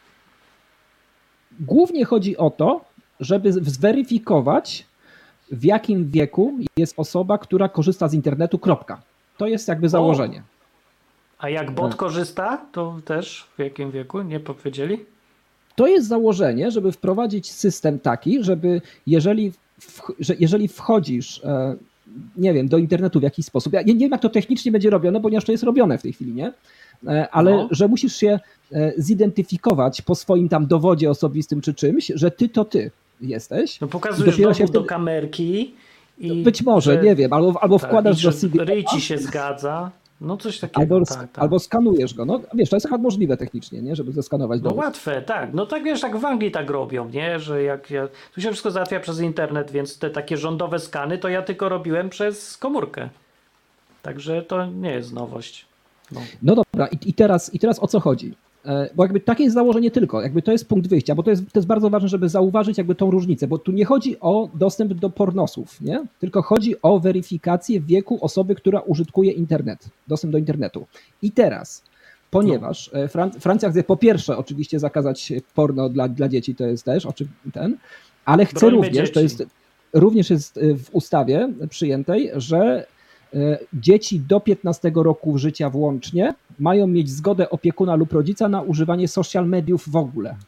Głównie chodzi o to, żeby zweryfikować, w jakim wieku jest osoba, która korzysta z internetu, kropka. To jest jakby założenie. O. A jak bot tak. korzysta, to też w jakim wieku? Nie powiedzieli? To jest założenie, żeby wprowadzić system taki, żeby jeżeli, w, że jeżeli wchodzisz, nie wiem, do internetu w jakiś sposób, ja nie, nie wiem jak to technicznie będzie robione, ponieważ to jest robione w tej chwili, nie? Ale no. że musisz się zidentyfikować po swoim tam dowodzie osobistym czy czymś, że ty to ty jesteś. No pokazujesz dowód wtedy... do kamerki i... Być może, że... nie wiem, albo, albo tak, wkładasz do C D. Ryj ci się zgadza. No coś takiego. Albo, tak, tak. albo skanujesz go. No wiesz, to jest chyba możliwe technicznie, nie? Żeby zeskanować No dowód. łatwe, tak. No tak wiesz, tak w Anglii tak robią, nie? Że jak ja... Tu się wszystko załatwia przez internet, więc te takie rządowe skany to ja tylko robiłem przez komórkę. Także to nie jest nowość. No, no dobra, I, i, teraz, i teraz o co chodzi? Bo jakby takie jest założenie tylko, jakby to jest punkt wyjścia, bo to jest, to jest bardzo ważne, żeby zauważyć jakby tą różnicę, bo tu nie chodzi o dostęp do pornosów, nie? Tylko chodzi o weryfikację wieku osoby, która użytkuje internet, dostęp do internetu. I teraz, ponieważ no. Fran- Francja chce po pierwsze oczywiście zakazać porno dla, dla dzieci, to jest też ten, ale chce Brońmy również, dzieci. to jest również jest w ustawie przyjętej, że dzieci do piętnastego roku życia włącznie mają mieć zgodę opiekuna lub rodzica na używanie social mediów w ogóle.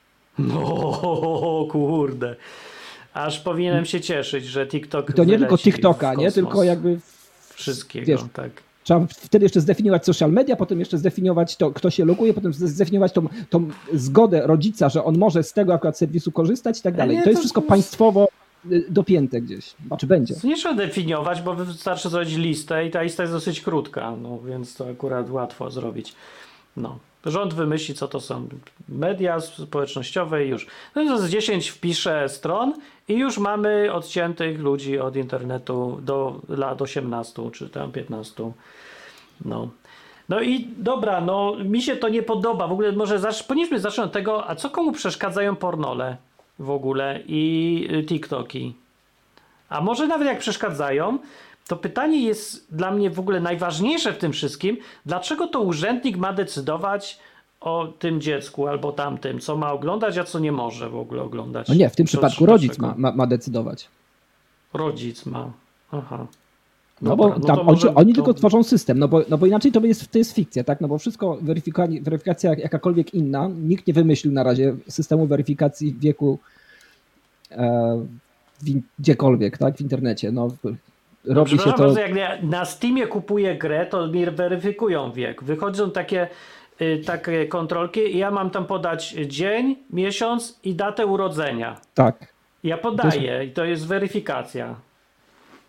No kurde. Aż powinienem się cieszyć, że TikTok I to nie tylko TikToka, nie? Tylko jakby wszystkiego, wiesz, tak. Trzeba wtedy jeszcze zdefiniować social media, potem jeszcze zdefiniować to, kto się loguje, potem zdefiniować tą, tą zgodę rodzica, że on może z tego akurat serwisu korzystać i tak dalej. Nie, to jest to wszystko to... państwowo dopięte gdzieś, czy będzie. Nie trzeba definiować, bo wystarczy zrobić listę i ta lista jest dosyć krótka, no więc to akurat łatwo zrobić. No. Rząd wymyśli, co to są media społecznościowe i już. No z dziesięć wpiszę stron i już mamy odciętych ludzi od internetu do lat osiemnastu czy tam piętnastu. No. No i dobra, no mi się to nie podoba. W ogóle może zacz... powinniśmy zacząć od tego, a co komu przeszkadzają pornole w ogóle i TikToki? A może nawet jak przeszkadzają, to pytanie jest dla mnie w ogóle najważniejsze w tym wszystkim. Dlaczego to urzędnik ma decydować o tym dziecku albo tamtym, co ma oglądać, a co nie może w ogóle oglądać? No nie, w tym to, przypadku rodzic ma, ma, ma decydować. Rodzic ma. Aha. No Dobra, bo no tam, to oni, może oni to... tylko tworzą system, no bo, no bo inaczej to jest, to jest fikcja, tak? No bo wszystko, weryfikacja, weryfikacja jakakolwiek inna, nikt nie wymyślił na razie systemu weryfikacji wieku e, w, gdziekolwiek, tak? W internecie. No, robi no, się to... Bardzo, jak ja na Steamie kupuję grę, to mi weryfikują wiek. Wychodzą takie, y, takie kontrolki i ja mam tam podać dzień, miesiąc i datę urodzenia. Tak. Ja podaję i to jest weryfikacja.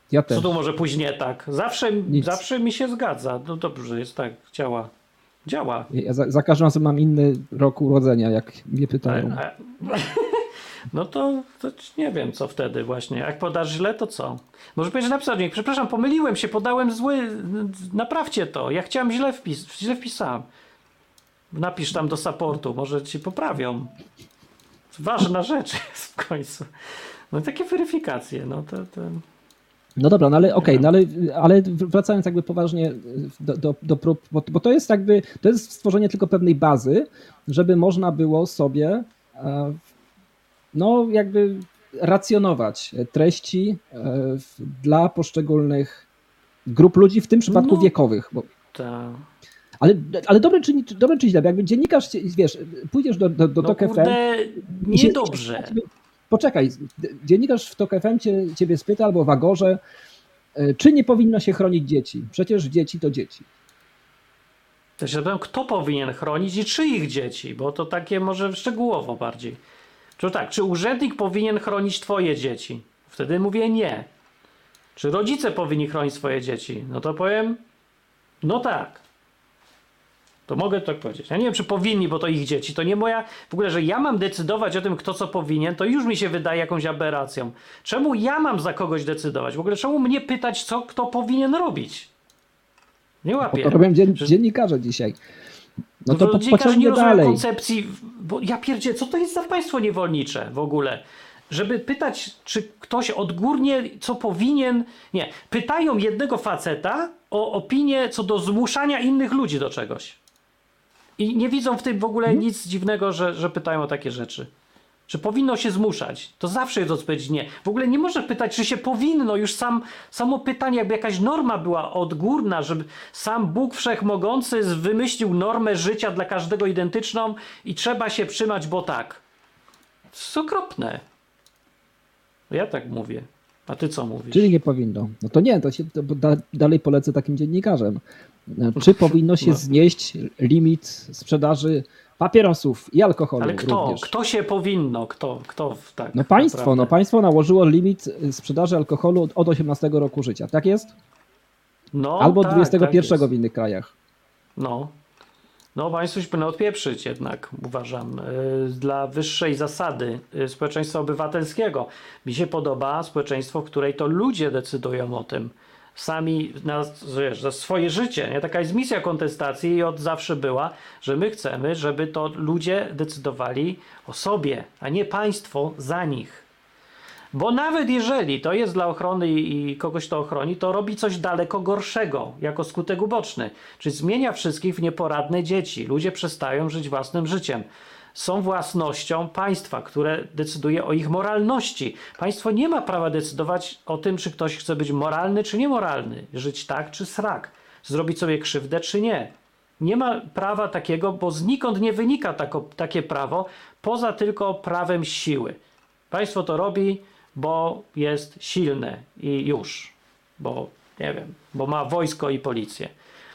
Ja też. Co tu może pójść nie tak? Zawsze, Nic. zawsze mi się zgadza. No dobrze, jest tak, działa. Działa. Ja za, za każdym razem mam inny rok urodzenia, jak mnie pytają. A, a, no to, to nie wiem, co wtedy właśnie. Jak podasz źle, to co? Może będziesz napisał, nie, przepraszam, pomyliłem się, podałem zły, naprawcie to. Ja chciałem źle wpis, źle wpisałem. Napisz tam do supportu, może ci poprawią. Ważna rzecz jest w końcu. No takie weryfikacje, no to... to... No dobra, no ale okej, okay, no ale, ale wracając jakby poważnie do, do, do prób, bo, bo to jest jakby, to jest stworzenie tylko pewnej bazy, żeby można było sobie no jakby racjonować treści dla poszczególnych grup ludzi, w tym przypadku no, wiekowych. Bo... Ta. Ale, ale dobre czy, dobre czy źle, jakby dziennikarz, wiesz, pójdziesz do, do, do no, Tok F M... niedobrze. Poczekaj, dziennikarz w Tok F M cię, ciebie spyta albo w Agorze, czy nie powinno się chronić dzieci? Przecież dzieci to dzieci. Też ja powiem, kto powinien chronić i czyich dzieci, bo to takie może szczegółowo bardziej. Czy tak, czy urzędnik powinien chronić twoje dzieci? Wtedy mówię nie. Czy rodzice powinni chronić swoje dzieci? No to powiem, no tak. To mogę tak powiedzieć. Ja nie wiem, czy powinni, bo to ich dzieci. To nie moja... W ogóle, że ja mam decydować o tym, kto co powinien, to już mi się wydaje jakąś aberracją. Czemu ja mam za kogoś decydować? W ogóle czemu mnie pytać, co kto powinien robić? Nie łapię. To robią dzien- że... dziennikarze dzisiaj. No to, to po, dziennikarze nie rozumieją dalej. koncepcji, bo ja pierdzie, co to jest za państwo niewolnicze w ogóle? Żeby pytać, czy ktoś odgórnie, co powinien... Nie, pytają jednego faceta o opinię co do zmuszania innych ludzi do czegoś. I nie widzą w tym w ogóle hmm? nic dziwnego, że, że pytają o takie rzeczy. Czy powinno się zmuszać? To zawsze jest odpowiedź nie. W ogóle nie może pytać, czy się powinno. Już sam, samo pytanie, jakby jakaś norma była odgórna, żeby sam Bóg Wszechmogący wymyślił normę życia dla każdego identyczną i trzeba się trzymać, bo tak. To jest okropne. Ja tak mówię. A ty co mówisz? Czyli nie powinno. No to nie, to się to da, dalej polecę takim dziennikarzem. Czy powinno się no. znieść limit sprzedaży papierosów i alkoholu? Ale kto? Również? Kto się powinno? Kto? Kto tak? No państwo, no państwo nałożyło limit sprzedaży alkoholu od osiemnastego roku życia. Tak jest? No, albo tak, dwudziestego pierwszego tak w innych krajach. No. No państwo się powinno odpieprzyć jednak, uważam, yy, dla wyższej zasady yy, społeczeństwa obywatelskiego. Mi się podoba społeczeństwo, w której to ludzie decydują o tym. Sami na, wiesz, za swoje życie. Nie? Taka jest misja kontestacji i od zawsze była, że my chcemy, żeby to ludzie decydowali o sobie, a nie państwo za nich. Bo nawet jeżeli to jest dla ochrony i kogoś to ochroni, to robi coś daleko gorszego jako skutek uboczny. Czyli zmienia wszystkich w nieporadne dzieci. Ludzie przestają żyć własnym życiem. Są własnością państwa, które decyduje o ich moralności. Państwo nie ma prawa decydować o tym, czy ktoś chce być moralny, czy niemoralny. Żyć tak, czy srak. Zrobić sobie krzywdę, czy nie. Nie ma prawa takiego, bo znikąd nie wynika tako, takie prawo, poza tylko prawem siły. Państwo to robi, bo jest silne i już. Bo, nie wiem, bo ma wojsko i policję.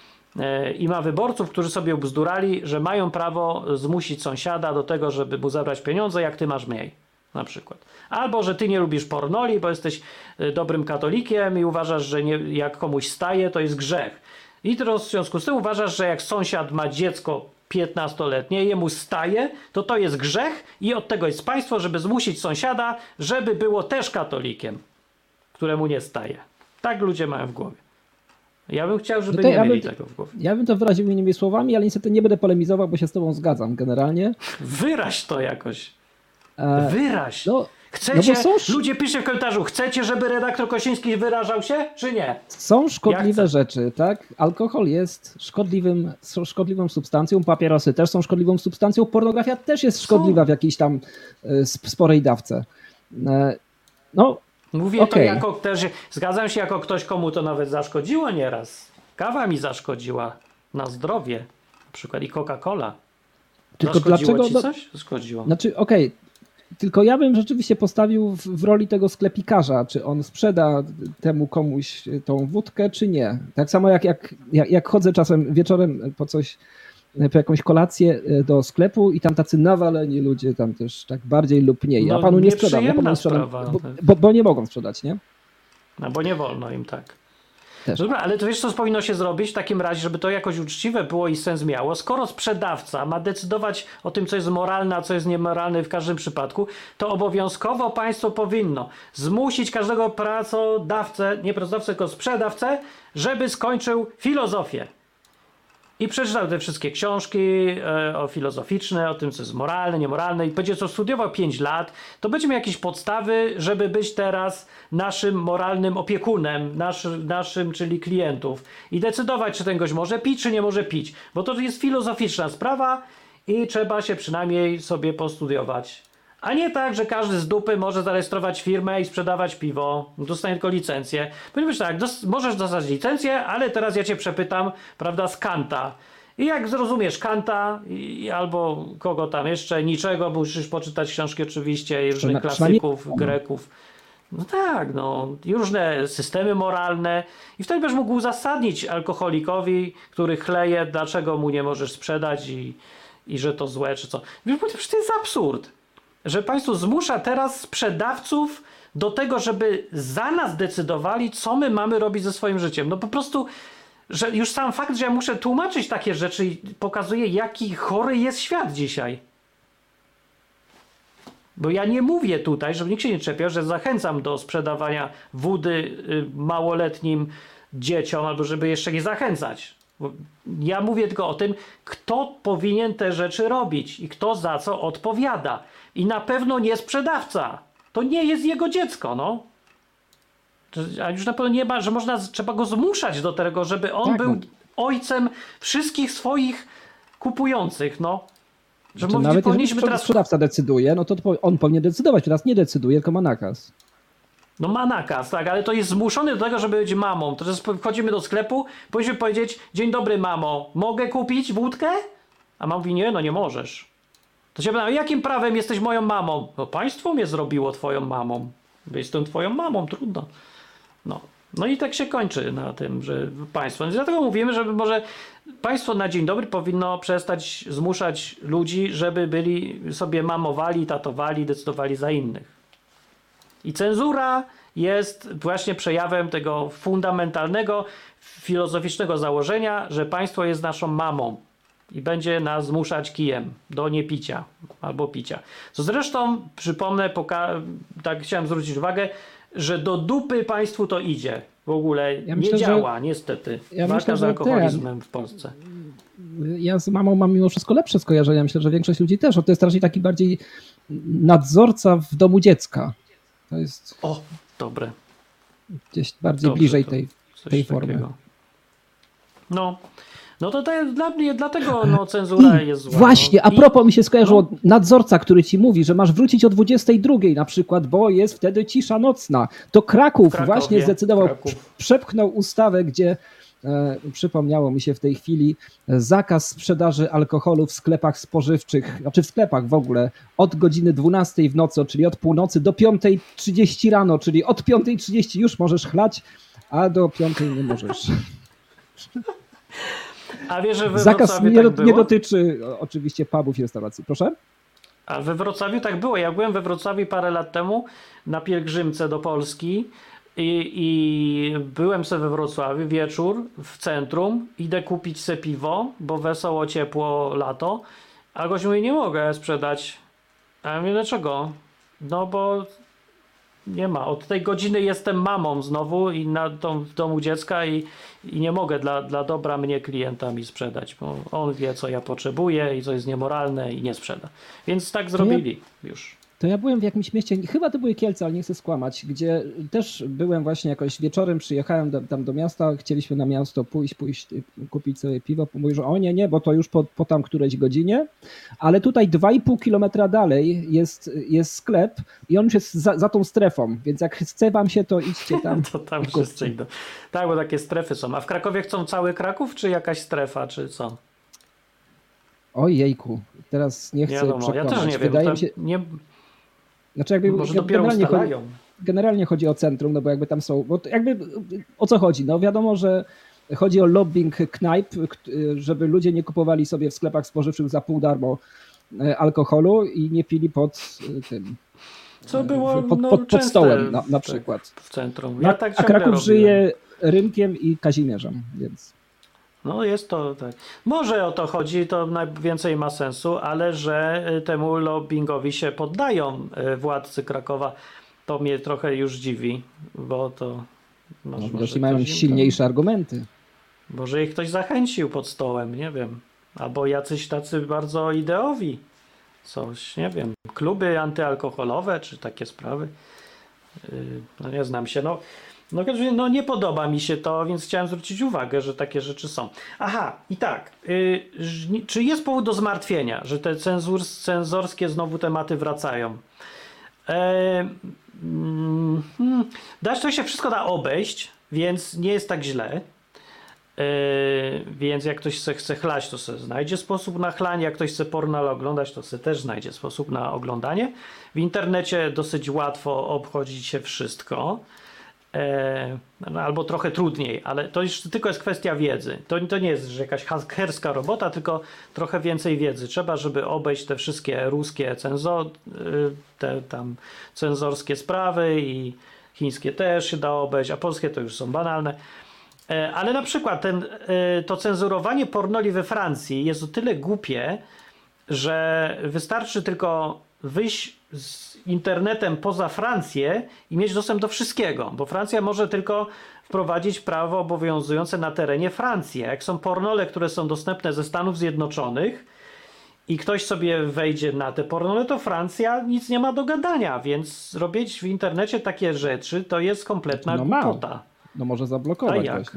I ma wyborców, którzy sobie ubzdurali, że mają prawo zmusić sąsiada do tego, żeby mu zabrać pieniądze, jak ty masz mniej, na przykład. Albo, że ty nie lubisz pornoli, bo jesteś dobrym katolikiem i uważasz, że nie, jak komuś staje, to jest grzech. I w związku z tym uważasz, że jak sąsiad ma dziecko piętnastoletnie, jemu staje, to to jest grzech i od tego jest państwo, żeby zmusić sąsiada, żeby było też katolikiem, któremu nie staje. Tak ludzie mają w głowie. Ja bym chciał, żeby no nie ja mieli bym, tego w głowie. Ja bym to wyraził innymi słowami, ale niestety nie będę polemizował, bo się z tobą zgadzam generalnie. Wyraź to jakoś. E, Wyraź. No, Chcecie, no są... ludzie piszą w komentarzu, chcecie, żeby redaktor Kosiński wyrażał się, czy nie? Są szkodliwe rzeczy, tak? Alkohol jest szkodliwym, szkodliwą substancją, papierosy też są szkodliwą substancją, pornografia też jest szkodliwa są. w jakiejś tam y, sporej dawce. E, no, Mówię okay. to jako też, zgadzam się jako ktoś, komu to nawet zaszkodziło nieraz. Kawa mi zaszkodziła na zdrowie, na przykład i Coca-Cola. Tylko zaszkodziło dlaczego? ci coś? Zaszkodziło. Znaczy, okej, okay. Tylko ja bym rzeczywiście postawił w, w roli tego sklepikarza, czy on sprzeda temu komuś tą wódkę, czy nie. Tak samo jak, jak, jak, jak chodzę czasem wieczorem po coś, po jakąś kolację do sklepu i tam tacy nawaleni ludzie tam też tak bardziej lub mniej. No, a panu nie sprzedam, ja panu nie sprzedam, sprawa, bo, bo, bo nie mogą sprzedać, nie? No bo nie wolno im tak. Też. Dobra, ale to wiesz, co powinno się zrobić w takim razie, żeby to jakoś uczciwe było i sens miało? Skoro sprzedawca ma decydować o tym, co jest moralne, a co jest niemoralne w każdym przypadku, to obowiązkowo państwo powinno zmusić każdego pracodawcę, nie pracodawcę, tylko sprzedawcę, żeby skończył filozofię. I przeczytał te wszystkie książki e, o filozoficzne, o tym, co jest moralne, niemoralne i będzie co studiował pięć lat, to będziemy jakieś podstawy, żeby być teraz naszym moralnym opiekunem, nasz, naszym, czyli klientów i decydować, czy ten gość może pić, czy nie może pić, bo to jest filozoficzna sprawa i trzeba się przynajmniej sobie postudiować. A nie tak, że każdy z dupy może zarejestrować firmę i sprzedawać piwo. Dostanie tylko licencję. Ponieważ tak, dos- możesz dostać licencję, ale teraz ja cię przepytam, prawda, z Kanta. I jak zrozumiesz Kanta i, albo kogo tam jeszcze, niczego, bo musisz poczytać książki oczywiście i różnych klasyków, Greków. No tak, no. I różne systemy moralne. I wtedy będziesz mógł uzasadnić alkoholikowi, który chleje, dlaczego mu nie możesz sprzedać i, i że to złe, czy co. Wiesz, bo to jest absurd. Że państwo zmusza teraz sprzedawców do tego, żeby za nas decydowali, co my mamy robić ze swoim życiem. No po prostu, że już sam fakt, że ja muszę tłumaczyć takie rzeczy pokazuje, jaki chory jest świat dzisiaj. Bo ja nie mówię tutaj, żeby nikt się nie czepiał, że zachęcam do sprzedawania wody małoletnim dzieciom, albo żeby jeszcze nie zachęcać. Ja mówię tylko o tym, kto powinien te rzeczy robić i kto za co odpowiada. I na pewno nie sprzedawca. To nie jest jego dziecko, no. A już na pewno nie ma, że można, trzeba go zmuszać do tego, żeby on tak, był no. ojcem wszystkich swoich kupujących, no. Że Znaczy, mówić, nawet powinniśmy jeżeli teraz... sprzedawca decyduje, no to on powinien decydować, teraz nie decyduje, tylko ma nakaz. No ma nakaz, tak, ale to jest zmuszony do tego, żeby być mamą. To jest, wchodzimy do sklepu, powinniśmy powiedzieć: dzień dobry, mamo, mogę kupić wódkę? A mama mówi: nie, no nie możesz. To się pytam: jakim prawem jesteś moją mamą? No państwo mnie zrobiło twoją mamą. Jestem twoją mamą, trudno. No. No i tak się kończy na tym, że państwo. Więc dlatego mówimy, żeby może państwo na dzień dobry powinno przestać zmuszać ludzi, żeby byli sobie mamowali, tatowali, decydowali za innych. I cenzura jest właśnie przejawem tego fundamentalnego, filozoficznego założenia, że państwo jest naszą mamą i będzie nas zmuszać kijem do niepicia albo picia. Co zresztą, przypomnę, poka- tak chciałem zwrócić uwagę, że do dupy państwu to idzie. W ogóle Ja nie myślę, działa, że... niestety. Ja Walka myślę, z że alkoholizmem ten... w Polsce. Ja z mamą mam mimo wszystko lepsze skojarzenia. Myślę, że większość ludzi też. To jest raczej taki bardziej nadzorca w domu dziecka. To jest O, dobre. gdzieś bardziej Dobrze, bliżej to tej, coś tej formy. takiego. No, no to, to jest dla mnie, dlatego no, cenzura I jest zła. właśnie, no. a propos mi się skojarzyło, no. nadzorca, który ci mówi, że masz wrócić o dwudziestej drugiej na przykład, bo jest wtedy cisza nocna. To Kraków Krakowie, właśnie zdecydował, Kraków. przepchnął ustawę, gdzie e, przypomniało mi się w tej chwili zakaz sprzedaży alkoholu w sklepach spożywczych, znaczy w sklepach w ogóle od godziny dwunastej w nocy, czyli od północy do piątej trzydzieści rano, czyli od piątej trzydzieści już możesz chlać, a do piątej nie możesz. A wiesz, że we Zakaz Wrocławiu nie, tak było? nie dotyczy oczywiście pubów i restauracji. Proszę? A we Wrocławiu tak było. Ja byłem we Wrocławiu parę lat temu na pielgrzymce do Polski i, i byłem sobie we Wrocławiu wieczór w centrum, idę kupić se piwo, bo wesoło, ciepło, lato, a gość mówi: nie mogę sprzedać. A ja mówię: dlaczego? No bo nie ma. Od tej godziny jestem mamą znowu i na tą, w domu dziecka i, i nie mogę dla, dla dobra mnie klienta mi sprzedać, bo on wie, co ja potrzebuję i co jest niemoralne i nie sprzeda. Więc tak zrobili ja, już. To ja byłem w jakimś mieście, chyba to były Kielce, ale nie chcę skłamać, gdzie też byłem właśnie jakoś wieczorem, przyjechałem do, tam do miasta, chcieliśmy na miasto pójść, pójść, kupić sobie piwo, mówię, że o nie, nie, bo to już po, po tam którejś godzinie, ale tutaj dwa i pół kilometra dalej jest, jest sklep i on już jest za, za tą strefą, więc jak chce wam się, to idźcie tam. To tam wszyscy idą. Tak, bo takie strefy są. A w Krakowie chcą cały Kraków, czy jakaś strefa, czy co? Ojejku, teraz nie chcę Nie wiadomo, ja przekłamać. też nie Wydaje wiem. mi się... Nie... Znaczy jakby Może dopiero generalnie chodzi, ustalają. generalnie chodzi o centrum, no bo jakby tam są, bo jakby o co chodzi? No wiadomo, że chodzi o lobbying knajp, żeby ludzie nie kupowali sobie w sklepach spożywczych za pół darmo alkoholu i nie pili pod tym, Co było pod, no, pod, pod częste stołem na, na w- przykład. w centrum. Ja Ja tak a ciągle Kraków robiłem. żyje Rynkiem i Kazimierzem, więc No jest to tak. Może o to chodzi, to najwięcej ma sensu, ale że y, temu lobbingowi się poddają y, władcy Krakowa, to mnie trochę już dziwi, bo to no, może, widocznie mają ktoś im silniejsze argumenty. Tam, może ich ktoś zachęcił pod stołem, nie wiem. Albo jacyś tacy bardzo ideowi. Coś, nie wiem. Kluby antyalkoholowe, czy takie sprawy. Yy, no nie znam się. No, no, no nie podoba mi się to, więc chciałem zwrócić uwagę, że takie rzeczy są. Aha, i tak. Yy, żni- czy jest powód do zmartwienia, że te cenzur, cenzorskie znowu tematy wracają? E, mm, hmm, Dać to się wszystko da obejść, więc nie jest tak źle. E, więc jak ktoś chce, chce chlać, to sobie znajdzie sposób na chlanie. Jak ktoś chce porno oglądać, to sobie też znajdzie sposób na oglądanie. W internecie dosyć łatwo obchodzić się wszystko. E, no, albo trochę trudniej, ale to już tylko jest kwestia wiedzy. To, to nie jest że jakaś hakerska robota, tylko trochę więcej wiedzy. Trzeba, żeby obejść te wszystkie ruskie cenzo, te tam cenzorskie sprawy i chińskie też się da obejść, a polskie to już są banalne. E, ale na przykład ten, e, to cenzurowanie pornoli we Francji jest o tyle głupie, że wystarczy tylko wyjść z internetem poza Francję i mieć dostęp do wszystkiego, bo Francja może tylko wprowadzić prawo obowiązujące na terenie Francji. Jak są pornole, które są dostępne ze Stanów Zjednoczonych i ktoś sobie wejdzie na te pornole, to Francja nic nie ma do gadania, więc robić w internecie takie rzeczy to jest kompletna No ma. głupota. No może zablokować A jak? właśnie.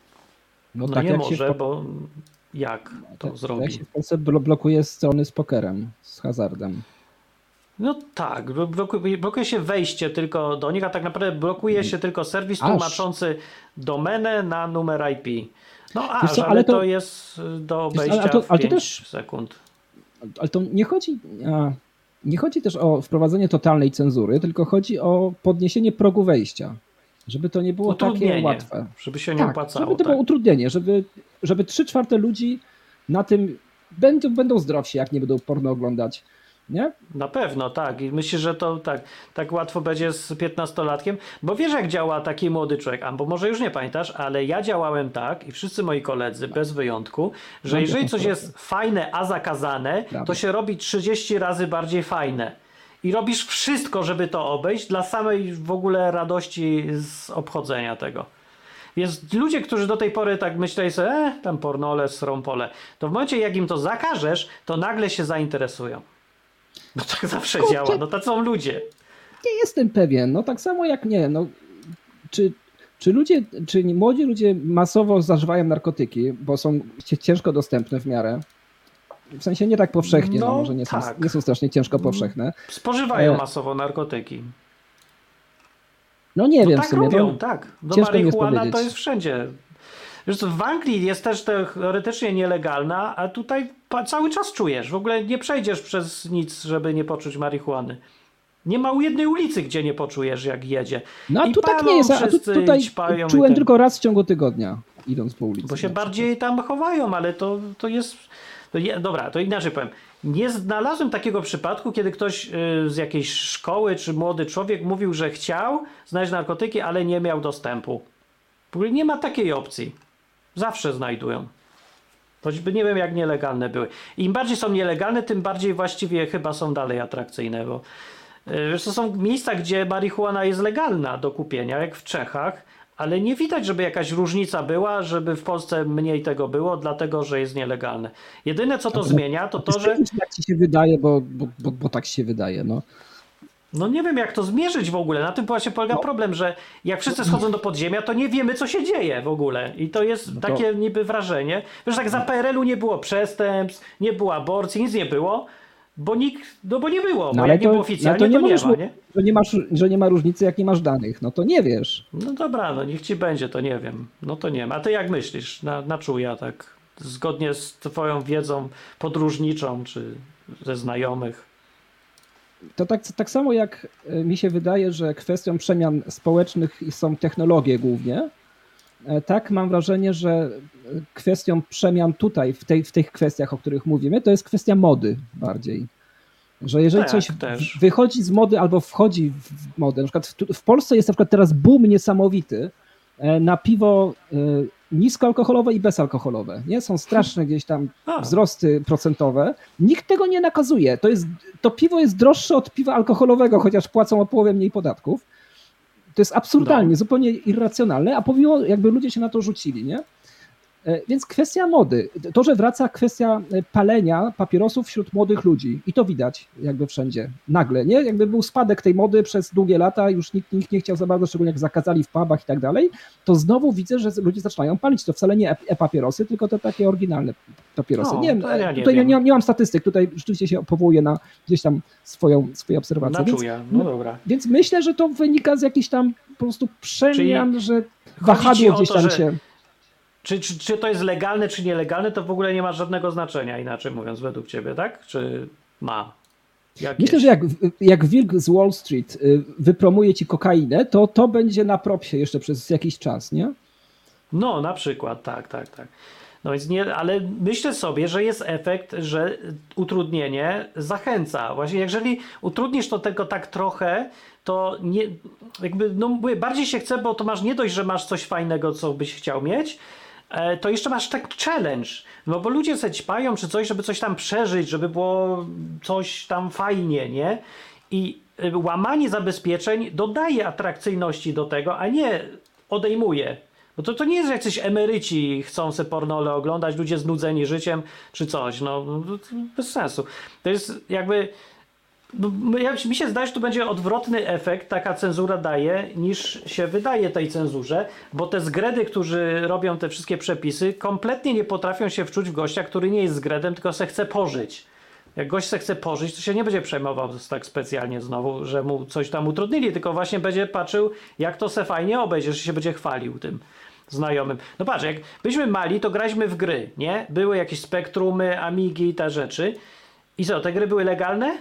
No, No tak nie jak może, się w, bo jak to tak, zrobi? jak się w Polsce blo- blokuje strony z pokerem, z hazardem. No tak, blokuje, blokuje się wejście tylko do nich, a tak naprawdę blokuje się tylko serwis Aż. tłumaczący domenę na numer I P. No aż, Wiesz co, ale, ale to, to- jest do co, obejścia ale to- w ale to pięć też- sekund. Ale to nie chodzi, a, nie chodzi też o wprowadzenie totalnej cenzury, tylko chodzi o podniesienie progu wejścia. Żeby to nie było takie Utrudnienie, łatwe. żeby się nie Tak, opłacało. żeby to było tak. utrudnienie, żeby, żeby trzy czwarte ludzi na tym będą, będą zdrowsi, jak nie będą porno oglądać. Nie? Na pewno, tak. I myślę, że to tak, tak łatwo będzie z piętnastolatkiem, bo wiesz jak działa taki młody człowiek, a bo może już nie pamiętasz, ale ja działałem tak i wszyscy moi koledzy, bez wyjątku, że No, jeżeli to coś prawda. jest fajne, a zakazane, Prawda. to się robi trzydzieści razy bardziej fajne. I robisz wszystko, żeby to obejść, dla samej w ogóle radości z obchodzenia tego. Więc ludzie, którzy do tej pory tak myśleli sobie, e, tam pornole, srompole, to w momencie jak im to zakażesz, to nagle się zainteresują. No tak zawsze Kurczę. działa, no to są ludzie. Nie jestem pewien. No tak samo jak nie. No, czy, czy ludzie, czy młodzi ludzie masowo zażywają narkotyki, bo są cie- ciężko dostępne w miarę? W sensie nie tak powszechnie, no, No, może nie są, tak. nie są strasznie ciężko powszechne. Spożywają E, masowo narkotyki. No nie No wiem tak w sumie. robią, No, tak. No ciężko mi jest marihuana powiedzieć. to jest wszędzie. Zresztą w Anglii jest też teoretycznie nielegalna, a tutaj pa- cały czas czujesz. W ogóle nie przejdziesz przez nic, żeby nie poczuć marihuany. Nie ma u jednej ulicy, gdzie nie poczujesz, jak jedzie. no a I tu tak palą nie jest. A tu, wszyscy, tutaj i ćpają i czułem ten. tylko raz w ciągu tygodnia, idąc po ulicy. Bo się na bardziej tam chowają, ale to, to jest... To je, dobra, to inaczej powiem. Nie znalazłem takiego przypadku, kiedy ktoś y, z jakiejś szkoły czy młody człowiek mówił, że chciał znaleźć narkotyki, ale nie miał dostępu. W ogóle nie ma takiej opcji. Zawsze znajdują. Choćby nie wiem, jak nielegalne były. Im bardziej są nielegalne, tym bardziej właściwie chyba są dalej atrakcyjne, bo y, wiesz, to są miejsca, gdzie marihuana jest legalna do kupienia, jak w Czechach, ale nie widać, żeby jakaś różnica była, żeby w Polsce mniej tego było, dlatego że jest nielegalne. Jedyne, co to A to- zmienia, to to, że... Stwierdzić, jak ci się wydaje, bo, bo, bo, bo tak się wydaje. No. No nie wiem, jak to zmierzyć w ogóle. Na tym właśnie polega No. problem, że jak wszyscy schodzą do podziemia, to nie wiemy, co się dzieje w ogóle. I to jest No to- takie niby wrażenie. Wiesz, tak za P R L u nie było przestępstw, nie było aborcji, nic nie było, bo nikt, no bo nie było. Bo jak nie było oficjalnie, to to nie, nie, możesz ma, mówić, nie? Że, nie masz, że nie ma różnicy, jak nie masz danych. No to nie wiesz. No dobra, no niech ci będzie, to nie wiem. No to nie ma. A ty jak myślisz? Na, na czuja tak, zgodnie z twoją wiedzą podróżniczą, czy ze znajomych? To tak, tak samo jak e, mi się wydaje, że kwestią przemian społecznych są technologie głównie, e, tak mam wrażenie, że e, kwestią przemian tutaj, w, tej, w tych kwestiach, o których mówimy, to jest kwestia mody bardziej. Że jeżeli Tak, coś też. wychodzi z mody albo wchodzi w modę, na przykład w, w Polsce jest na przykład teraz boom niesamowity na piwo niskoalkoholowe i bezalkoholowe. Nie? Są straszne gdzieś tam A. wzrosty procentowe. Nikt tego nie nakazuje. To, jest, to piwo jest droższe od piwa alkoholowego, chociaż płacą o połowę mniej podatków. To jest absurdalnie, No. zupełnie irracjonalne, a pomimo jakby ludzie się na to rzucili, nie? Więc kwestia mody. To, że wraca kwestia palenia papierosów wśród młodych ludzi i to widać jakby wszędzie, nagle, nie? Jakby był spadek tej mody przez długie lata, już nikt, nikt nie chciał za bardzo, szczególnie jak zakazali w pubach i tak dalej, to znowu widzę, że ludzie zaczynają palić. To wcale nie e-papierosy, tylko to takie oryginalne papierosy. No, nie wiem, ja nie tutaj wiem. Nie, nie mam statystyk, tutaj rzeczywiście się powołuję na gdzieś tam swoją, swoje obserwacje. Na Więc, czuja. No dobra. więc myślę, że to wynika z jakichś tam po prostu przemian, Czyli że ci wahadło o gdzieś to, tam że- się... Czy, czy, czy to jest legalne, czy nielegalne, to w ogóle nie ma żadnego znaczenia, inaczej mówiąc, według ciebie, tak? Czy ma? Jakieś? Myślę, że jak, jak wilk z Wall Street y, wypromuje ci kokainę, to to będzie na propsie jeszcze przez jakiś czas, nie? No, na przykład, tak, tak, tak. No więc nie, ale myślę sobie, że jest efekt, że utrudnienie zachęca. Właśnie jeżeli utrudnisz to tylko tak trochę, to nie, jakby, no mówię, bardziej się chce, bo to masz nie dość, że masz coś fajnego, co byś chciał mieć, e, to jeszcze masz tak challenge. No bo ludzie se ćpają czy coś, żeby coś tam przeżyć, żeby było coś tam fajnie, nie? I y, łamanie zabezpieczeń dodaje atrakcyjności do tego, a nie odejmuje. Bo to, to nie jest, że jacyś emeryci chcą se pornole oglądać, ludzie znudzeni życiem, czy coś. No, to, to bez sensu. To jest jakby... No, ja, mi się zdaje, że tu będzie odwrotny efekt, taka cenzura daje, niż się wydaje tej cenzurze, bo te zgredy, którzy robią te wszystkie przepisy, kompletnie nie potrafią się wczuć w gościa, który nie jest zgredem, tylko se chce pożyć. Jak gość se chce pożyć, to się nie będzie przejmował tak specjalnie znowu, że mu coś tam utrudnili, tylko właśnie będzie patrzył, jak to se fajnie obejdzie, że się będzie chwalił tym znajomym. No patrz, jak byliśmy mali, to graliśmy w gry, nie? Były jakieś spektrumy, amigi i te rzeczy. I co, te gry były legalne?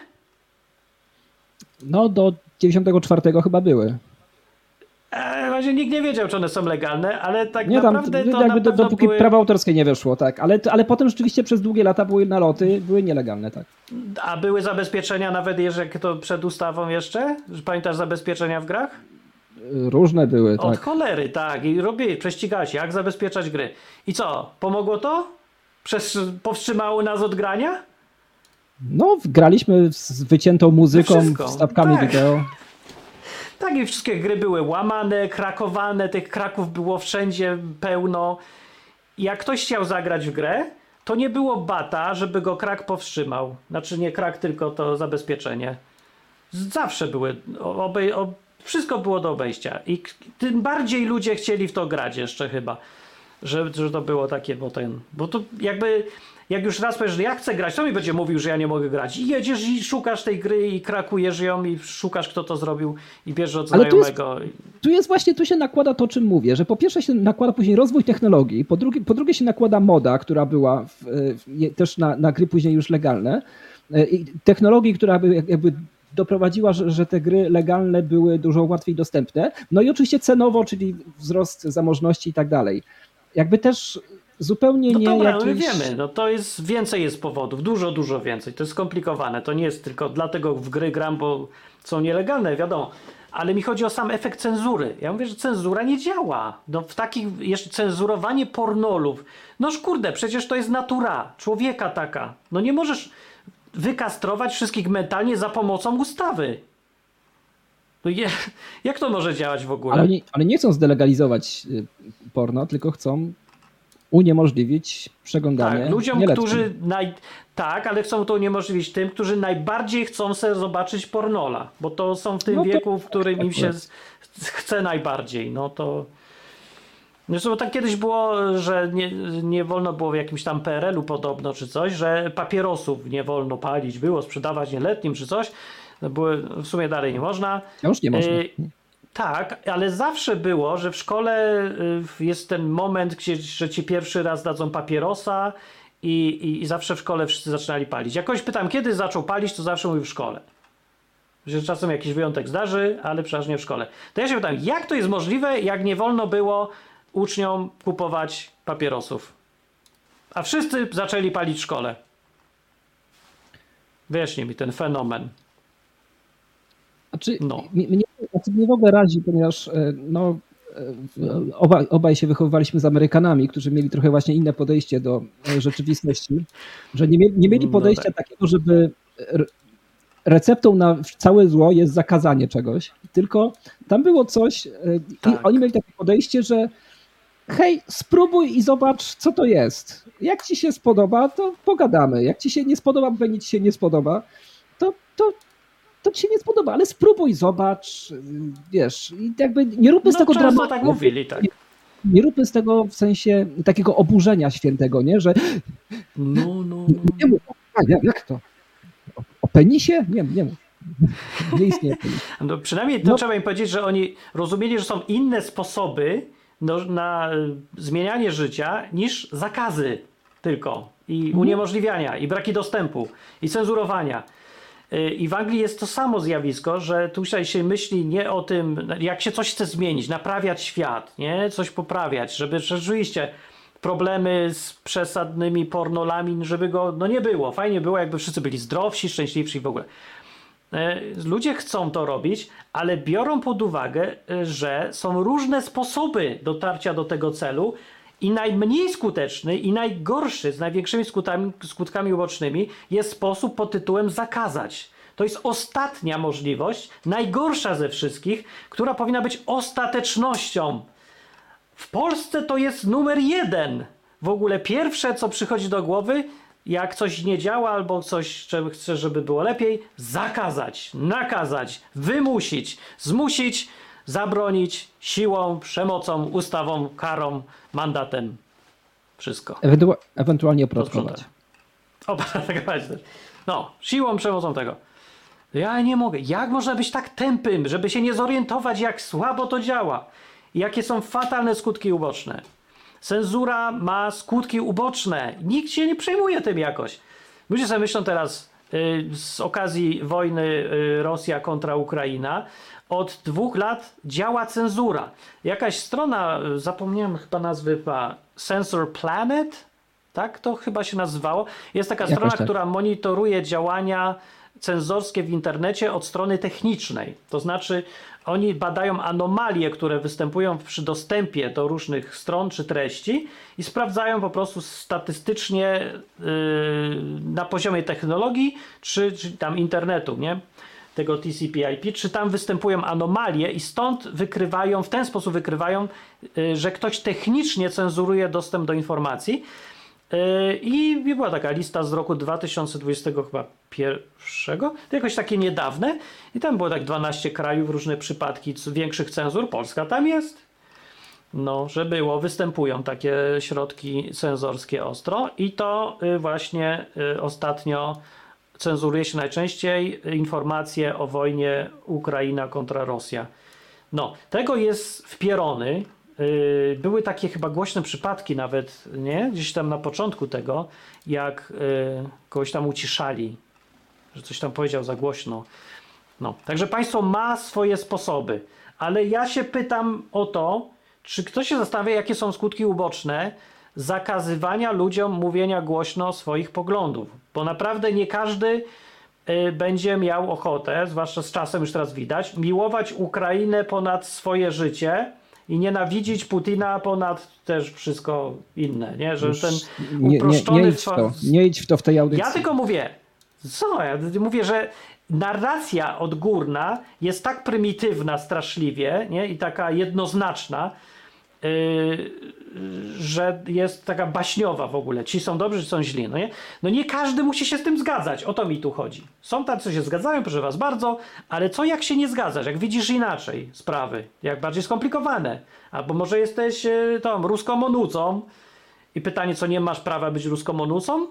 No do dziewięćdziesiątego czwartego chyba były. Eee, właśnie nikt nie wiedział, czy one są legalne, ale tak Nie tam, naprawdę to jakby na do, pewno dopóki były... prawo autorskie nie weszło, tak. Ale, ale potem rzeczywiście przez długie lata były naloty, były nielegalne, tak. A były zabezpieczenia nawet jeżeli to przed ustawą jeszcze? Pamiętasz zabezpieczenia w grach? Różne były, Od tak. cholery, tak. I robię, prześcigałeś, jak zabezpieczać gry. I co? Pomogło to? Przez, powstrzymało nas od grania? No, graliśmy z wyciętą muzyką, Wszystko, wstawkami tak. wideo. Tak, i wszystkie gry były łamane, krakowane, tych kraków było wszędzie pełno. I jak ktoś chciał zagrać w grę, to nie było bata, żeby go krak powstrzymał. Znaczy nie krak, tylko to zabezpieczenie. Zawsze były, obej, ob, wszystko było do obejścia. I k- tym bardziej ludzie chcieli w to grać jeszcze chyba. Że, że to było takie, bo ten, bo to jakby, jak już raz powiesz, że ja chcę grać, to mi będzie mówił, że ja nie mogę grać. I jedziesz i szukasz tej gry i krakujesz ją i szukasz, kto to zrobił i bierzesz od Ale tu jest- znajomego. Tu jest właśnie, tu się nakłada to, o czym mówię, że po pierwsze się nakłada później rozwój technologii, po drugie, po drugie się nakłada moda, która była w, w, też na, na gry później już legalne. I technologii, która by jakby doprowadziła, że, że te gry legalne były dużo łatwiej dostępne. No i oczywiście cenowo, czyli wzrost zamożności i tak dalej. Jakby też zupełnie No nie dobra, jakiś... my wiemy, no to jest, więcej jest powodów, dużo, dużo więcej. To jest skomplikowane, to nie jest tylko dlatego w gry gram, bo są nielegalne, wiadomo. Ale mi chodzi o sam efekt cenzury. Ja mówię, że cenzura nie działa. No w takich, jeszcze cenzurowanie pornolów. Noż kurde, przecież to jest natura człowieka taka. No nie możesz wykastrować wszystkich mentalnie za pomocą ustawy. No je, jak to może działać w ogóle? Ale oni, ale nie chcą zdelegalizować y, porno, tylko chcą uniemożliwić przeglądanie Tak, ludziom, nieletnim. którzy naj... tak, ale chcą to uniemożliwić tym, którzy najbardziej chcą sobie zobaczyć pornola, bo to są w tym No to wieku, w którym tak im się akurat. z- chce najbardziej. No to. Zresztą tak kiedyś było, że nie, nie wolno było w jakimś tam P R L u podobno czy coś, że papierosów nie wolno palić, było sprzedawać nieletnim czy coś. No były, w sumie dalej nie można. A już nie można. Y, tak, ale zawsze było, że w szkole y, jest ten moment, gdzie, że ci pierwszy raz dadzą papierosa i, i, i zawsze w szkole wszyscy zaczynali palić. Jak kogoś pytam, kiedy zaczął palić, to zawsze mówił w szkole. Że czasem jakiś wyjątek zdarzy, ale przeważnie w szkole. To ja się pytam, jak to jest możliwe, jak nie wolno było uczniom kupować papierosów? A wszyscy zaczęli palić w szkole. Wyjaśnij mi ten fenomen. Znaczy, No. mnie, znaczy mnie w ogóle razi, ponieważ no, obaj, obaj się wychowywaliśmy z Amerykanami, którzy mieli trochę właśnie inne podejście do rzeczywistości, że nie, mie- nie mieli podejścia no tak. takiego, żeby receptą na całe zło jest zakazanie czegoś, tylko tam było coś tak. i oni mieli takie podejście, że hej, spróbuj i zobacz, co to jest. Jak ci się spodoba, to pogadamy. Jak ci się nie spodoba, bo nic ci się nie spodoba, to, to, to ci się nie spodoba, ale spróbuj, zobacz, wiesz, i jakby nie róbmy no, z tego dramatu. tak mówili, tak. Nie, nie róbmy z tego w sensie takiego oburzenia świętego, nie, że no, no, no. nie mów, jak, jak to? O, o penisie? Nie, nie mów. Nie istnieje penis. No, przynajmniej to no. trzeba im powiedzieć, że oni rozumieli, że są inne sposoby no, na zmienianie życia niż zakazy tylko i mhm. uniemożliwiania i braki dostępu i cenzurowania. I w Anglii jest to samo zjawisko, że tutaj się myśli nie o tym, jak się coś chce zmienić, naprawiać świat, nie? Coś poprawiać, żeby rzeczywiście problemy z przesadnymi pornolami, żeby go no nie było. Fajnie było, jakby wszyscy byli zdrowsi, szczęśliwsi w ogóle. Ludzie chcą to robić, ale biorą pod uwagę, że są różne sposoby dotarcia do tego celu i najmniej skuteczny i najgorszy z największymi skutkami, skutkami ubocznymi jest sposób pod tytułem zakazać. To jest ostatnia możliwość, najgorsza ze wszystkich, która powinna być ostatecznością. W Polsce to jest numer jeden. W ogóle pierwsze, co przychodzi do głowy, jak coś nie działa albo coś chce, żeby było lepiej, zakazać, nakazać, wymusić, zmusić, zabronić siłą, przemocą, ustawą, karą, mandatem. Wszystko. Ewentu- ewentualnie oprotkować. Oprotkować też. No, siłą, przemocą tego. Ja nie mogę. Jak można być tak tępym, żeby się nie zorientować, jak słabo to działa? I jakie są fatalne skutki uboczne? Cenzura ma skutki uboczne. Nikt się nie przejmuje tym jakoś. Ludzie sobie myślą teraz y, z okazji wojny y, Rosja kontra Ukraina, od dwóch lat działa cenzura. Jakaś strona, zapomniałem chyba nazwy, chyba Censor Planet, tak to chyba się nazywało. Jest taka strona, tak. która monitoruje działania cenzorskie w internecie od strony technicznej. To znaczy oni badają anomalie, które występują przy dostępie do różnych stron czy treści i sprawdzają po prostu statystycznie yy, na poziomie technologii czy, czy tam internetu, nie? Tego T C P I P, czy tam występują anomalie i stąd wykrywają, w ten sposób wykrywają, yy, że ktoś technicznie cenzuruje dostęp do informacji. I była taka lista z roku dwa tysiące dwudziestego chyba pierwszego, to jakoś takie niedawne i tam było tak dwanaście krajów, różne przypadki większych cenzur, Polska tam jest. No, że było, występują takie środki cenzorskie ostro i to właśnie ostatnio cenzuruje się najczęściej informacje o wojnie Ukraina kontra Rosja. No, tego jest wpierony. Były takie chyba głośne przypadki nawet, nie? Gdzieś tam na początku tego, jak y, kogoś tam uciszali, że coś tam powiedział za głośno. No. Także państwo ma swoje sposoby, ale ja się pytam o to, czy ktoś się zastanawia, jakie są skutki uboczne zakazywania ludziom mówienia głośno swoich poglądów, bo naprawdę nie każdy y, będzie miał ochotę, zwłaszcza z czasem już teraz widać, miłować Ukrainę ponad swoje życie i nienawidzić Putina ponad też wszystko inne, nie? Że Już ten uproszczony... Nie, nie, nie, idź w to, nie idź w to w tej audycji. Ja tylko mówię, co? Ja mówię, że narracja odgórna jest tak prymitywna straszliwie, nie? I taka jednoznaczna, yy, że jest taka baśniowa w ogóle. Ci są dobrzy, ci są źli. No nie? no nie każdy musi się z tym zgadzać. O to mi tu chodzi. Są tacy, co się zgadzają, proszę was bardzo, ale co jak się nie zgadzasz? Jak widzisz inaczej sprawy? Jak bardziej skomplikowane? Albo może jesteś yy, tą ruskomonucą i pytanie, co nie masz prawa być ruskomonucą?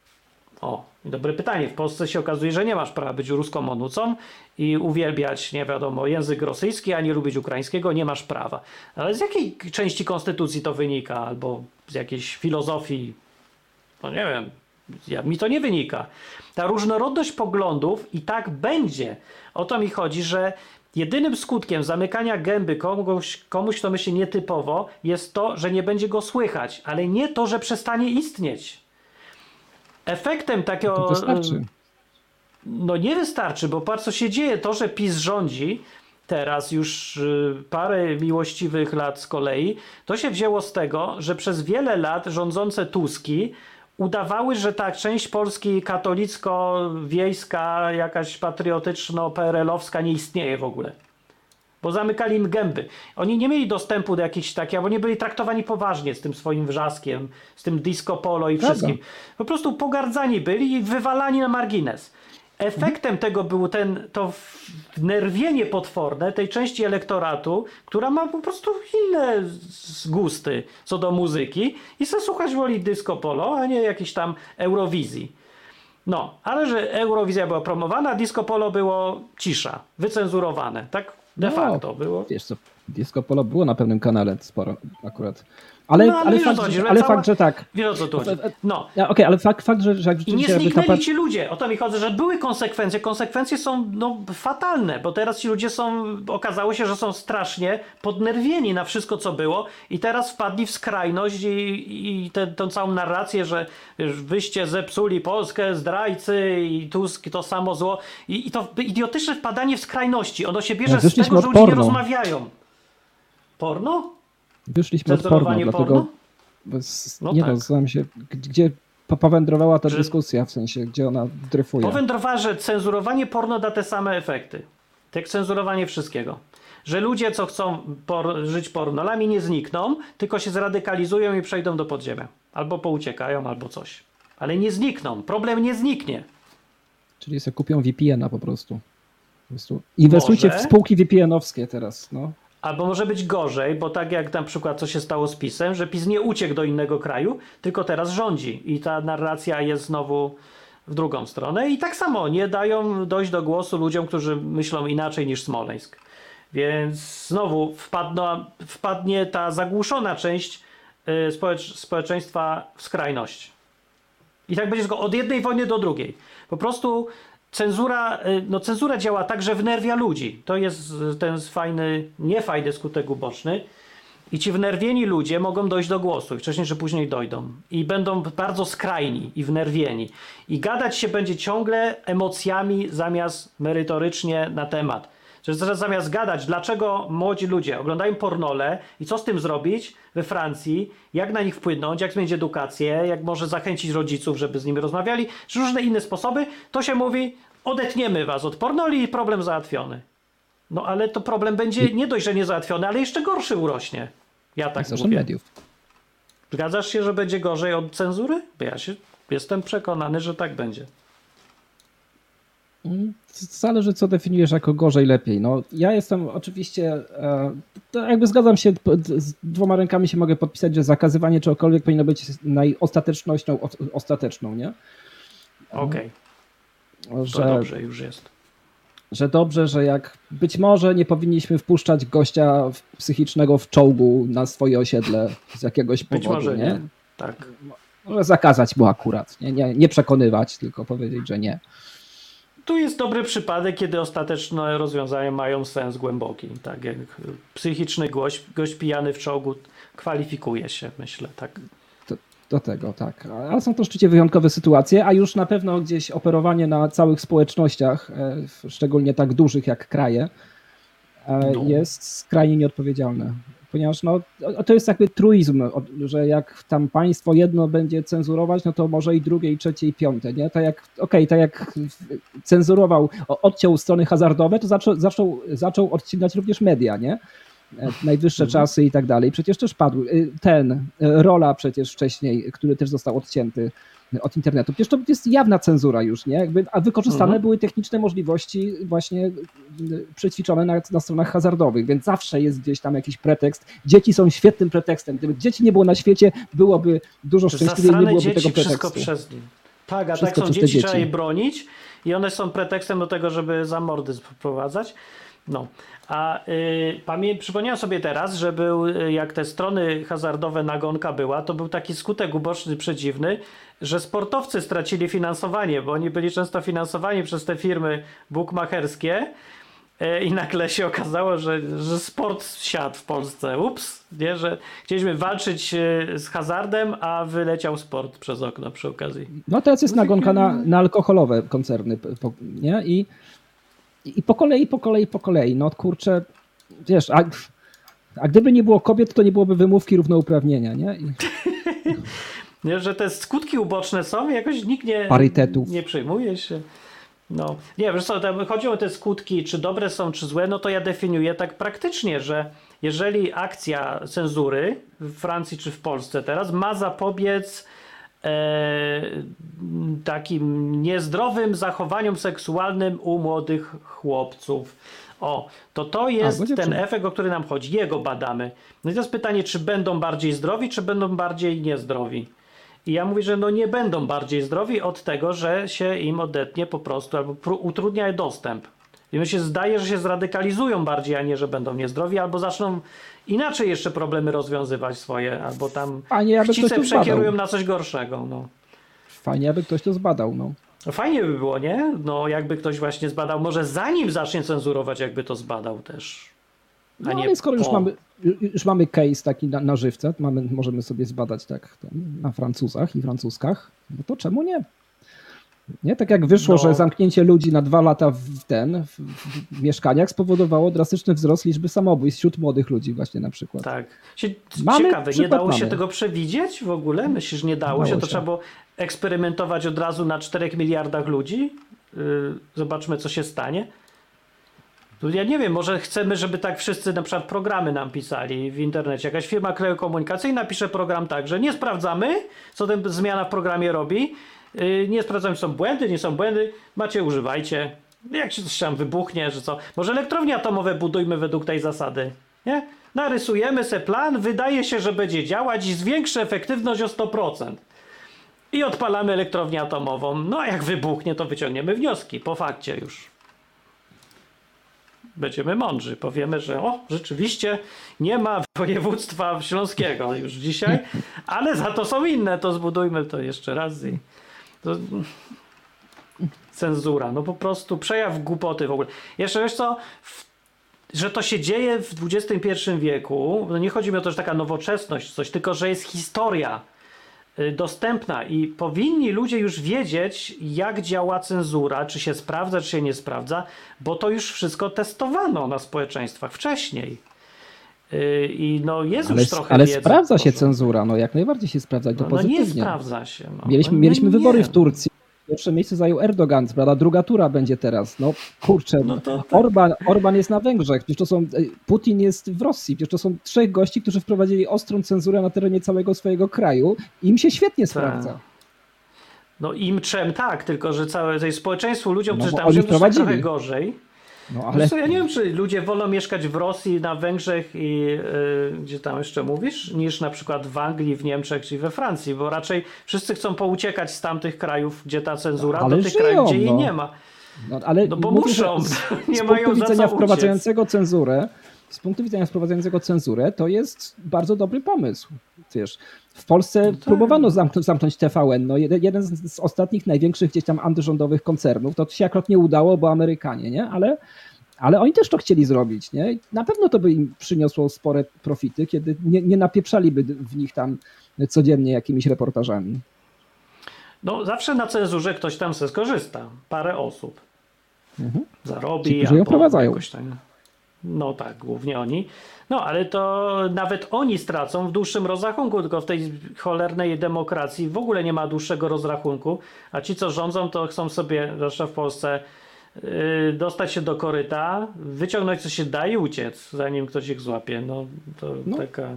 O, dobre pytanie. W Polsce się okazuje, że nie masz prawa być ruskomonucą i uwielbiać, nie wiadomo, język rosyjski, a nie lubić ukraińskiego, nie masz prawa. Ale z jakiej części konstytucji to wynika? Albo z jakiejś filozofii? No nie wiem, ja, mi to nie wynika. Ta różnorodność poglądów i tak będzie. O to mi chodzi, że jedynym skutkiem zamykania gęby komuś, komuś, kto myśli nietypowo, jest to, że nie będzie go słychać, ale nie to, że przestanie istnieć. Efektem takiego... To wystarczy. no nie wystarczy, bo patrz co się dzieje. To, że PiS rządzi teraz już parę miłościwych lat z kolei, to się wzięło z tego, że przez wiele lat rządzące Tuski udawały, że ta część Polski katolicko-wiejska, jakaś patriotyczno-P R L-owska nie istnieje w ogóle. Bo zamykali im gęby. Oni nie mieli dostępu do jakichś takich, albo nie byli traktowani poważnie z tym swoim wrzaskiem, z tym disco polo i wszystkim. Prawda. Po prostu pogardzani byli i wywalani na margines. Efektem mhm. tego było ten, to wnerwienie potworne tej części elektoratu, która ma po prostu inne gusty co do muzyki i chce słuchać woli disco polo, a nie jakiejś tam Eurowizji. No, ale że Eurowizja była promowana, disco polo było cisza, wycenzurowane, tak de facto no, było. Wiesz co, disco polo było na pewnym kanale sporo akurat. Ale, no, ale, ale, fakt, chodzi, że, że ale cała... fakt, że tak. Wiesz o co tu chodzi. No. Okej, okay, ale fakt, fakt, że, że jak I nie rzeczywiście... zniknęli ta... ci ludzie. O to mi chodzi, że były konsekwencje. Konsekwencje są no, fatalne, bo teraz ci ludzie są, okazało się, że są strasznie podnerwieni na wszystko, co było i teraz wpadli w skrajność i, i tę całą narrację, że wiesz, wyście zepsuli Polskę, zdrajcy i Tusk to samo zło. I, i to idiotyczne wpadanie w skrajności. Ono się bierze ja z tego, że ludzie nie rozmawiają. Porno? Wyszliśmy od porno, dlatego... porno? Z, no nie tak. no, się, gdzie powędrowała ta że dyskusja, w sensie, gdzie ona dryfuje. Powędrowała, że cenzurowanie porno da te same efekty. Tak jak cenzurowanie wszystkiego. Że ludzie, co chcą por żyć pornolami, nie znikną, tylko się zradykalizują i przejdą do podziemia. Albo pouciekają, albo coś. Ale nie znikną. Problem nie zniknie. Czyli sobie kupią V P N-a po prostu. Po prostu. Inwestujcie Może? w spółki V P N-owskie teraz, no. Albo może być gorzej, bo tak jak na przykład co się stało z PiS-em, że PiS nie uciekł do innego kraju, tylko teraz rządzi i ta narracja jest znowu w drugą stronę i tak samo nie dają dojść do głosu ludziom, którzy myślą inaczej niż Smoleńsk. Więc znowu wpadno, wpadnie ta zagłuszona część y, społecz, społeczeństwa w skrajność. I tak będzie tylko od jednej wojny do drugiej. Po prostu Cenzura, no cenzura działa tak, że wnerwia ludzi. To jest ten fajny, niefajny skutek uboczny. I ci wnerwieni ludzie mogą dojść do głosu. I wcześniej czy później dojdą. I będą bardzo skrajni i wnerwieni. I gadać się będzie ciągle emocjami zamiast merytorycznie na temat. Że zamiast gadać, dlaczego młodzi ludzie oglądają pornole i co z tym zrobić we Francji, jak na nich wpłynąć, jak zmienić edukację, jak może zachęcić rodziców, żeby z nimi rozmawiali, czy różne inne sposoby, to się mówi, odetniemy was od pornoli i problem załatwiony. No ale to problem będzie nie dość, że nie załatwiony, ale jeszcze gorszy urośnie. Ja tak mówię. Mediów. Zgadzasz się, że będzie gorzej od cenzury? Bo ja się jestem przekonany, że tak będzie. Zależy, co definiujesz jako gorzej, lepiej. No, ja jestem oczywiście, to jakby zgadzam się, z dwoma rękami się mogę podpisać, że zakazywanie czegokolwiek powinno być najostatecznością ostateczną, nie? Okej. Okay. Że, to dobrze już jest. Że dobrze, że jak być może nie powinniśmy wpuszczać gościa psychicznego w czołgu na swoje osiedle z jakiegoś być powodu, może nie? nie. Tak. Może zakazać mu akurat, nie, nie, nie przekonywać, tylko powiedzieć, że nie. Tu jest dobry przypadek, kiedy ostateczne rozwiązania mają sens głęboki. Tak jak psychiczny gość, gość pijany w czołgu kwalifikuje się, myślę. Tak. Do, do tego, tak. Ale są to rzeczywiście wyjątkowe sytuacje, a już na pewno gdzieś operowanie na całych społecznościach, szczególnie tak dużych jak kraje, no. jest skrajnie nieodpowiedzialne. Ponieważ no, to jest jakby truizm, że jak tam państwo jedno będzie cenzurować, no to może i drugie, i trzecie, i piąte, nie? Tak jak, okej, okay, tak jak cenzurował, odciął strony hazardowe, to zaczął, zaczął, zaczął odcinać również media, nie? Najwyższe mhm. czasy i tak dalej. Przecież też padł ten, Rola przecież wcześniej, który też został odcięty od internetu. Przecież to jest jawna cenzura już, nie? Jakby, a wykorzystane mhm. były techniczne możliwości właśnie przećwiczone na, na stronach hazardowych, więc zawsze jest gdzieś tam jakiś pretekst. Dzieci są świetnym pretekstem. Gdyby dzieci nie było na świecie, byłoby dużo szczęśliwiej, nie byłoby dzieci, tego pretekstu. Wszystko przez nie. Tak, a wszystko tak są dzieci, dzieci, trzeba je bronić i one są pretekstem do tego, żeby zamordy wprowadzać. No, a y, pamię- przypomniałem sobie teraz, że był, jak te strony hazardowe nagonka była, to był taki skutek uboczny, przedziwny, że sportowcy stracili finansowanie, bo oni byli często finansowani przez te firmy bukmacherskie i nagle się okazało, że, że sport siadł w Polsce. Ups, nie, że chcieliśmy walczyć z hazardem, a wyleciał sport przez okno przy okazji. No teraz jest nagonka na, na alkoholowe koncerny, nie? I, I po kolei, po kolei, po kolei. No kurczę, wiesz, a, a gdyby nie było kobiet, to nie byłoby wymówki równouprawnienia, nie? I... nie, że te skutki uboczne są, jakoś nikt nie, parytetów. nie przejmuje się. No, nie, wiesz co, tam chodzi o te skutki, czy dobre są, czy złe, no to ja definiuję tak praktycznie, że jeżeli akcja cenzury w Francji czy w Polsce teraz ma zapobiec e, takim niezdrowym zachowaniom seksualnym u młodych chłopców, o, to to jest A, ten efekt, o który nam chodzi, jego badamy. No i to jest pytanie, czy będą bardziej zdrowi, czy będą bardziej niezdrowi. I ja mówię, że no nie będą bardziej zdrowi od tego, że się im odetnie po prostu albo utrudnia dostęp. I mi się zdaje, że się zradykalizują bardziej, a nie, że będą niezdrowi, albo zaczną inaczej jeszcze problemy rozwiązywać swoje, albo tam Fajnie, aby chcice ktoś to przekierują zbadał. na coś gorszego. No. Fajnie, aby ktoś to zbadał. No. No fajnie by było, nie? No jakby ktoś właśnie zbadał, może zanim zacznie cenzurować, jakby to zbadał też. A No nie ale skoro po. już mamy, już mamy case taki na, na żywca, mamy, możemy sobie zbadać tak ten, na Francuzach i Francuskach, no to czemu nie? Nie? Tak jak wyszło, No. że zamknięcie ludzi na dwa lata w ten w, w mieszkaniach spowodowało drastyczny wzrost liczby samobójstw wśród młodych ludzi właśnie na przykład. Tak. Cie- Mamy, Ciekawe, nie dało się mamy. tego przewidzieć w ogóle? Myślisz, że nie dało, Dało się? To się. trzeba było eksperymentować od razu na czterech miliardach ludzi? Yy, zobaczmy, co się stanie. Tu ja nie wiem, może chcemy, żeby tak wszyscy na przykład programy nam pisali w internecie. Jakaś firma telekomunikacyjna napisze program tak, że nie sprawdzamy, co ten zmiana w programie robi. Yy, nie sprawdzamy, czy są błędy, nie są błędy. Macie, używajcie. Jak się coś tam wybuchnie, że co. Może elektrownie atomowe budujmy według tej zasady. Nie? Narysujemy se plan, wydaje się, że będzie działać i zwiększy efektywność o sto procent. I odpalamy elektrownię atomową. No a jak wybuchnie, to wyciągniemy wnioski po fakcie już. Będziemy mądrzy. Powiemy, że o, rzeczywiście nie ma województwa śląskiego już dzisiaj, ale za to są inne, to zbudujmy to jeszcze raz. I to... Cenzura, no po prostu przejaw głupoty w ogóle. Jeszcze wiesz co, w... że to się dzieje w dwudziestym pierwszym wieku, no nie chodzi mi o to, że taka nowoczesność, coś, tylko że jest historia dostępna i powinni ludzie już wiedzieć, jak działa cenzura, czy się sprawdza, czy się nie sprawdza, bo to już wszystko testowano na społeczeństwach wcześniej. I no jest ale, już trochę ale wiedzy sprawdza się tworzona. cenzura, no jak najbardziej się sprawdza i to No, no pozytywnie. nie sprawdza się. No. Mieliśmy, no, mieliśmy nie. wybory w Turcji. Pierwsze miejsce zajął Erdogan, prawda? Druga tura będzie teraz. No kurczę, No to tak. Orban, Orban jest na Węgrzech, przecież to są, Putin jest w Rosji, przecież to są trzech gości, którzy wprowadzili ostrą cenzurę na terenie całego swojego kraju i im się świetnie sprawdza. No im czem tak, tylko że całe to jest społeczeństwu, ludziom, No, którzy bo tam oni żyją, to jest wprowadzili. trochę gorzej. No, Ale... ale... Co, ja nie wiem, czy ludzie wolą mieszkać w Rosji, na Węgrzech i yy, gdzie tam jeszcze mówisz, niż na przykład w Anglii, w Niemczech czy we Francji, bo raczej wszyscy chcą pouciekać z tamtych krajów, gdzie ta cenzura, Ale do tych żyją, krajów, gdzie jej no. nie ma. No, ale No bo mówię, muszą, z, nie z mają punktu za widzenia co wprowadzającego cenzurę, z punktu widzenia wprowadzającego cenzurę, to jest bardzo dobry pomysł. Wiesz, w Polsce No tak. próbowano zamknąć, zamknąć T V N. No, jeden, jeden z, z ostatnich największych gdzieś tam antyrządowych koncernów. To się akurat nie udało, bo Amerykanie, nie? Ale, ale oni też to chcieli zrobić, nie? I na pewno to by im przyniosło spore profity, kiedy nie, nie napieprzaliby w nich tam codziennie jakimiś reportażami. No zawsze na cenzurze ktoś tam se skorzysta. Parę osób. Mhm. Zarobi. Ci, którzy ją albo wprowadzają. jakoś tam. No tak, głównie oni. No ale to nawet oni stracą w dłuższym rozrachunku, tylko w tej cholernej demokracji w ogóle nie ma dłuższego rozrachunku, a ci co rządzą to chcą sobie, zwłaszcza w Polsce, yy, dostać się do koryta, wyciągnąć co się da i uciec, zanim ktoś ich złapie. No to No. taka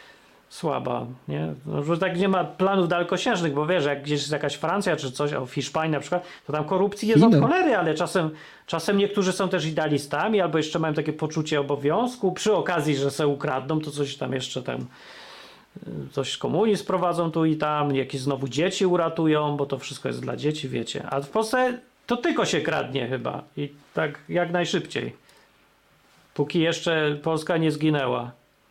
słaba, nie? No, że tak nie ma planów dalekosiężnych, bo wiesz, jak gdzieś jest jakaś Francja czy coś, o w Hiszpanii na przykład, to tam korupcji jest Chiny. od cholery, ale czasem, czasem niektórzy są też idealistami, albo jeszcze mają takie poczucie obowiązku, przy okazji, że se ukradną, to coś tam jeszcze tam y, coś komunizm prowadzą tu i tam, jakieś znowu dzieci uratują, bo to wszystko jest dla dzieci, wiecie. A w Polsce to tylko się kradnie chyba i tak jak najszybciej. Póki jeszcze Polska nie zginęła.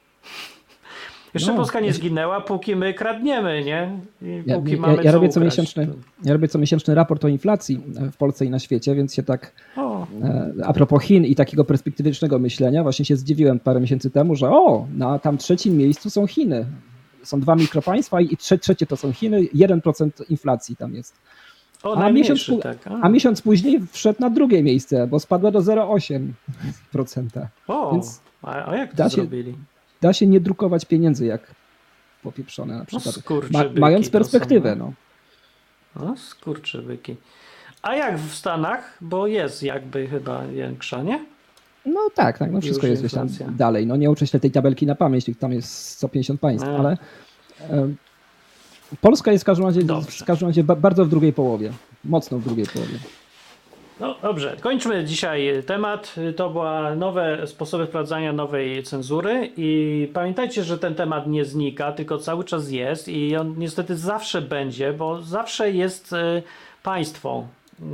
Jeszcze No, Polska nie ja- zginęła, póki my kradniemy, nie? I Ja, póki ja, mamy ja, co robię ukraść. comiesięczny, ja robię comiesięczny raport o inflacji w Polsce i na świecie, więc się tak O, No. A propos Chin i takiego perspektywicznego myślenia, właśnie się zdziwiłem parę miesięcy temu, że o, na tam trzecim miejscu są Chiny. Są dwa mikropaństwa i trze, trzecie to są Chiny, jeden procent inflacji tam jest. O, a, miesiąc, tak. a. a miesiąc później wszedł na drugie miejsce, bo spadła do zero przecinek osiem procent. O, Więc a, a jak to da się, zrobili? Da się nie drukować pieniędzy jak popieprzone na przykład. No, Ma, mając perspektywę. Są, no, no skurczybyki. A jak w Stanach? Bo jest jakby chyba większa, nie? No tak, tak, no wszystko jest gdzieś tam dalej. No nie uczę się tej tabelki na pamięć, tam jest sto pięćdziesiąt państw, no. ale um, Polska jest w każdym, razie, w każdym razie bardzo w drugiej połowie. Mocno w drugiej połowie. No dobrze, kończmy dzisiaj temat. To były nowe sposoby wprowadzania nowej cenzury i pamiętajcie, że ten temat nie znika, tylko cały czas jest i on niestety zawsze będzie, bo zawsze jest y, państwo.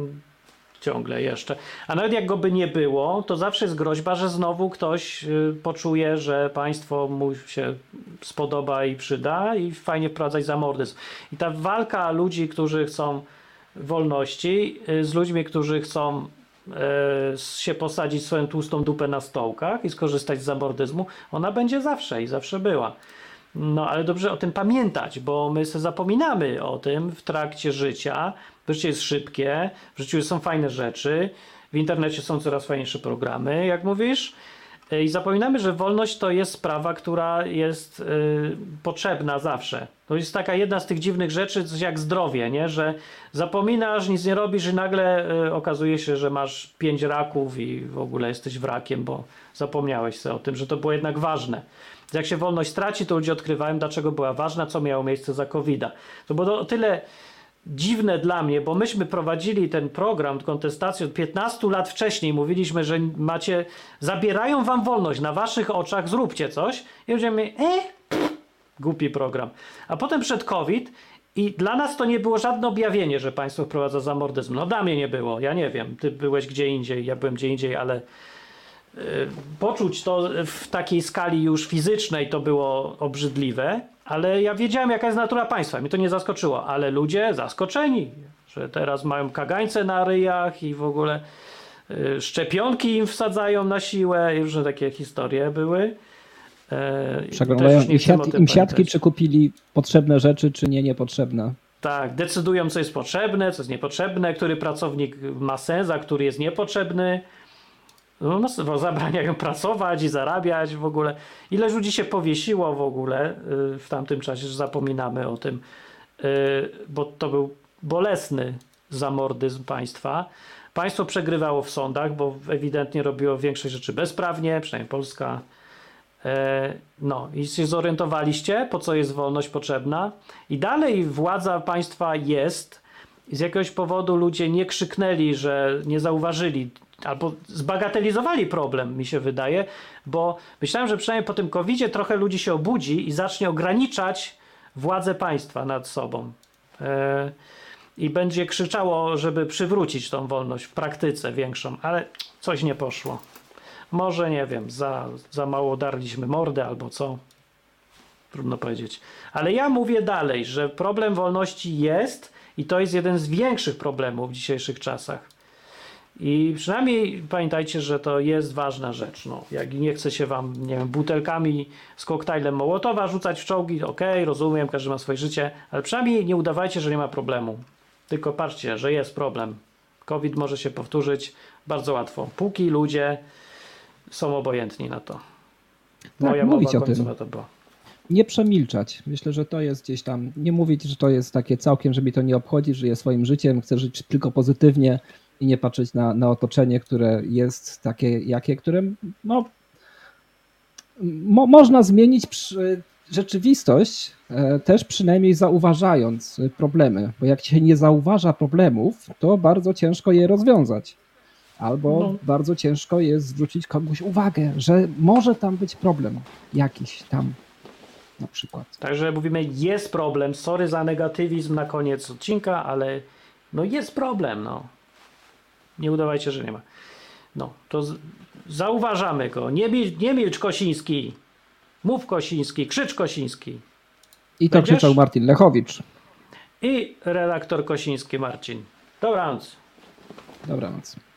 Ciągle jeszcze. A nawet jak go by nie było, to zawsze jest groźba, że znowu ktoś y, poczuje, że państwo mu się spodoba i przyda i fajnie wprowadzać zamordyzm. I ta walka ludzi, którzy chcą wolności, y, z ludźmi, którzy chcą y, się posadzić swoją tłustą dupę na stołkach i skorzystać z zamordyzmu, ona będzie zawsze i zawsze była. No ale dobrze o tym pamiętać, bo my sobie zapominamy o tym w trakcie życia. Życie jest szybkie, w życiu są fajne rzeczy, w internecie są coraz fajniejsze programy, jak mówisz. I zapominamy, że wolność to jest sprawa, która jest y, potrzebna zawsze. To jest taka jedna z tych dziwnych rzeczy, coś jak zdrowie, nie? Że zapominasz, nic nie robisz i nagle y, okazuje się, że masz pięć raków i w ogóle jesteś wrakiem, bo zapomniałeś sobie o tym, że to było jednak ważne. Jak się wolność straci, to ludzie odkrywają, dlaczego była ważna, co miało miejsce za kowida. To było o tyle dziwne dla mnie, bo myśmy prowadzili ten program kontestacji od piętnastu lat wcześniej. Mówiliśmy, że macie, zabierają wam wolność na waszych oczach, zróbcie coś. I będziemy, e, głupi program. A potem przed COVID i dla nas to nie było żadne objawienie, że państwo wprowadza zamordyzm. No dla mnie nie było, ja nie wiem. Ty byłeś gdzie indziej, ja byłem gdzie indziej, ale yy, poczuć to w takiej skali już fizycznej to było obrzydliwe. Ale ja wiedziałem, jaka jest natura państwa. Mnie to nie zaskoczyło. Ale ludzie zaskoczeni, że teraz mają kagańce na ryjach i w ogóle y, szczepionki im wsadzają na siłę i różne takie historie były. E, Przeglądają im, siat, im siatki, czy kupili potrzebne rzeczy, czy nie niepotrzebne. Tak, decydują, co jest potrzebne, co jest niepotrzebne, który pracownik ma sens, a który jest niepotrzebny. No, no, zabraniają pracować i zarabiać w ogóle. Ile ludzi się powiesiło w ogóle yy, w tamtym czasie, że zapominamy o tym, yy, bo to był bolesny zamordyzm państwa. Państwo przegrywało w sądach, bo ewidentnie robiło większość rzeczy bezprawnie, przynajmniej Polska. Yy, no i się zorientowaliście, po co jest wolność potrzebna. I dalej władza państwa jest. I z jakiegoś powodu ludzie nie krzyknęli, że nie zauważyli albo zbagatelizowali problem, mi się wydaje, bo myślałem, że przynajmniej po tym kowidzie trochę ludzi się obudzi i zacznie ograniczać władzę państwa nad sobą. Yy, I będzie krzyczało, żeby przywrócić tą wolność w praktyce większą, ale coś nie poszło. Może, nie wiem, za, za mało darliśmy mordę albo co. Trudno powiedzieć. Ale ja mówię dalej, że problem wolności jest i to jest jeden z większych problemów w dzisiejszych czasach. I przynajmniej pamiętajcie, że to jest ważna rzecz. No, jak nie chce się wam, nie wiem, butelkami z koktajlem Mołotowa rzucać w czołgi, okej, okay, rozumiem, każdy ma swoje życie, ale przynajmniej nie udawajcie, że nie ma problemu. Tylko patrzcie, że jest problem. COVID może się powtórzyć bardzo łatwo. Póki ludzie są obojętni na to. Tak, Moja mówić mowa o tym. to była. Nie przemilczać. Myślę, że to jest gdzieś tam, nie mówić, że to jest takie całkiem, że mi to nie obchodzi, żyję swoim życiem, chcę żyć tylko pozytywnie i nie patrzeć na, na otoczenie, które jest takie, jakie, które no, mo, można zmienić przy, rzeczywistość, e, też przynajmniej zauważając problemy, bo jak się nie zauważa problemów, to bardzo ciężko je rozwiązać. Albo no. bardzo ciężko jest zwrócić komuś uwagę, że może tam być problem jakiś tam na przykład. Także mówimy, jest problem, sorry za negatywizm na koniec odcinka, ale no jest problem, no. Nie udawajcie, że nie ma. No, to z- zauważamy go. Nie, mil- nie milcz, Kosiński. Mów, Kosiński, krzycz, Kosiński. I to Będziesz? krzyczał Martin Lechowicz. I redaktor Kosiński Marcin. Dobranoc. Dobranoc.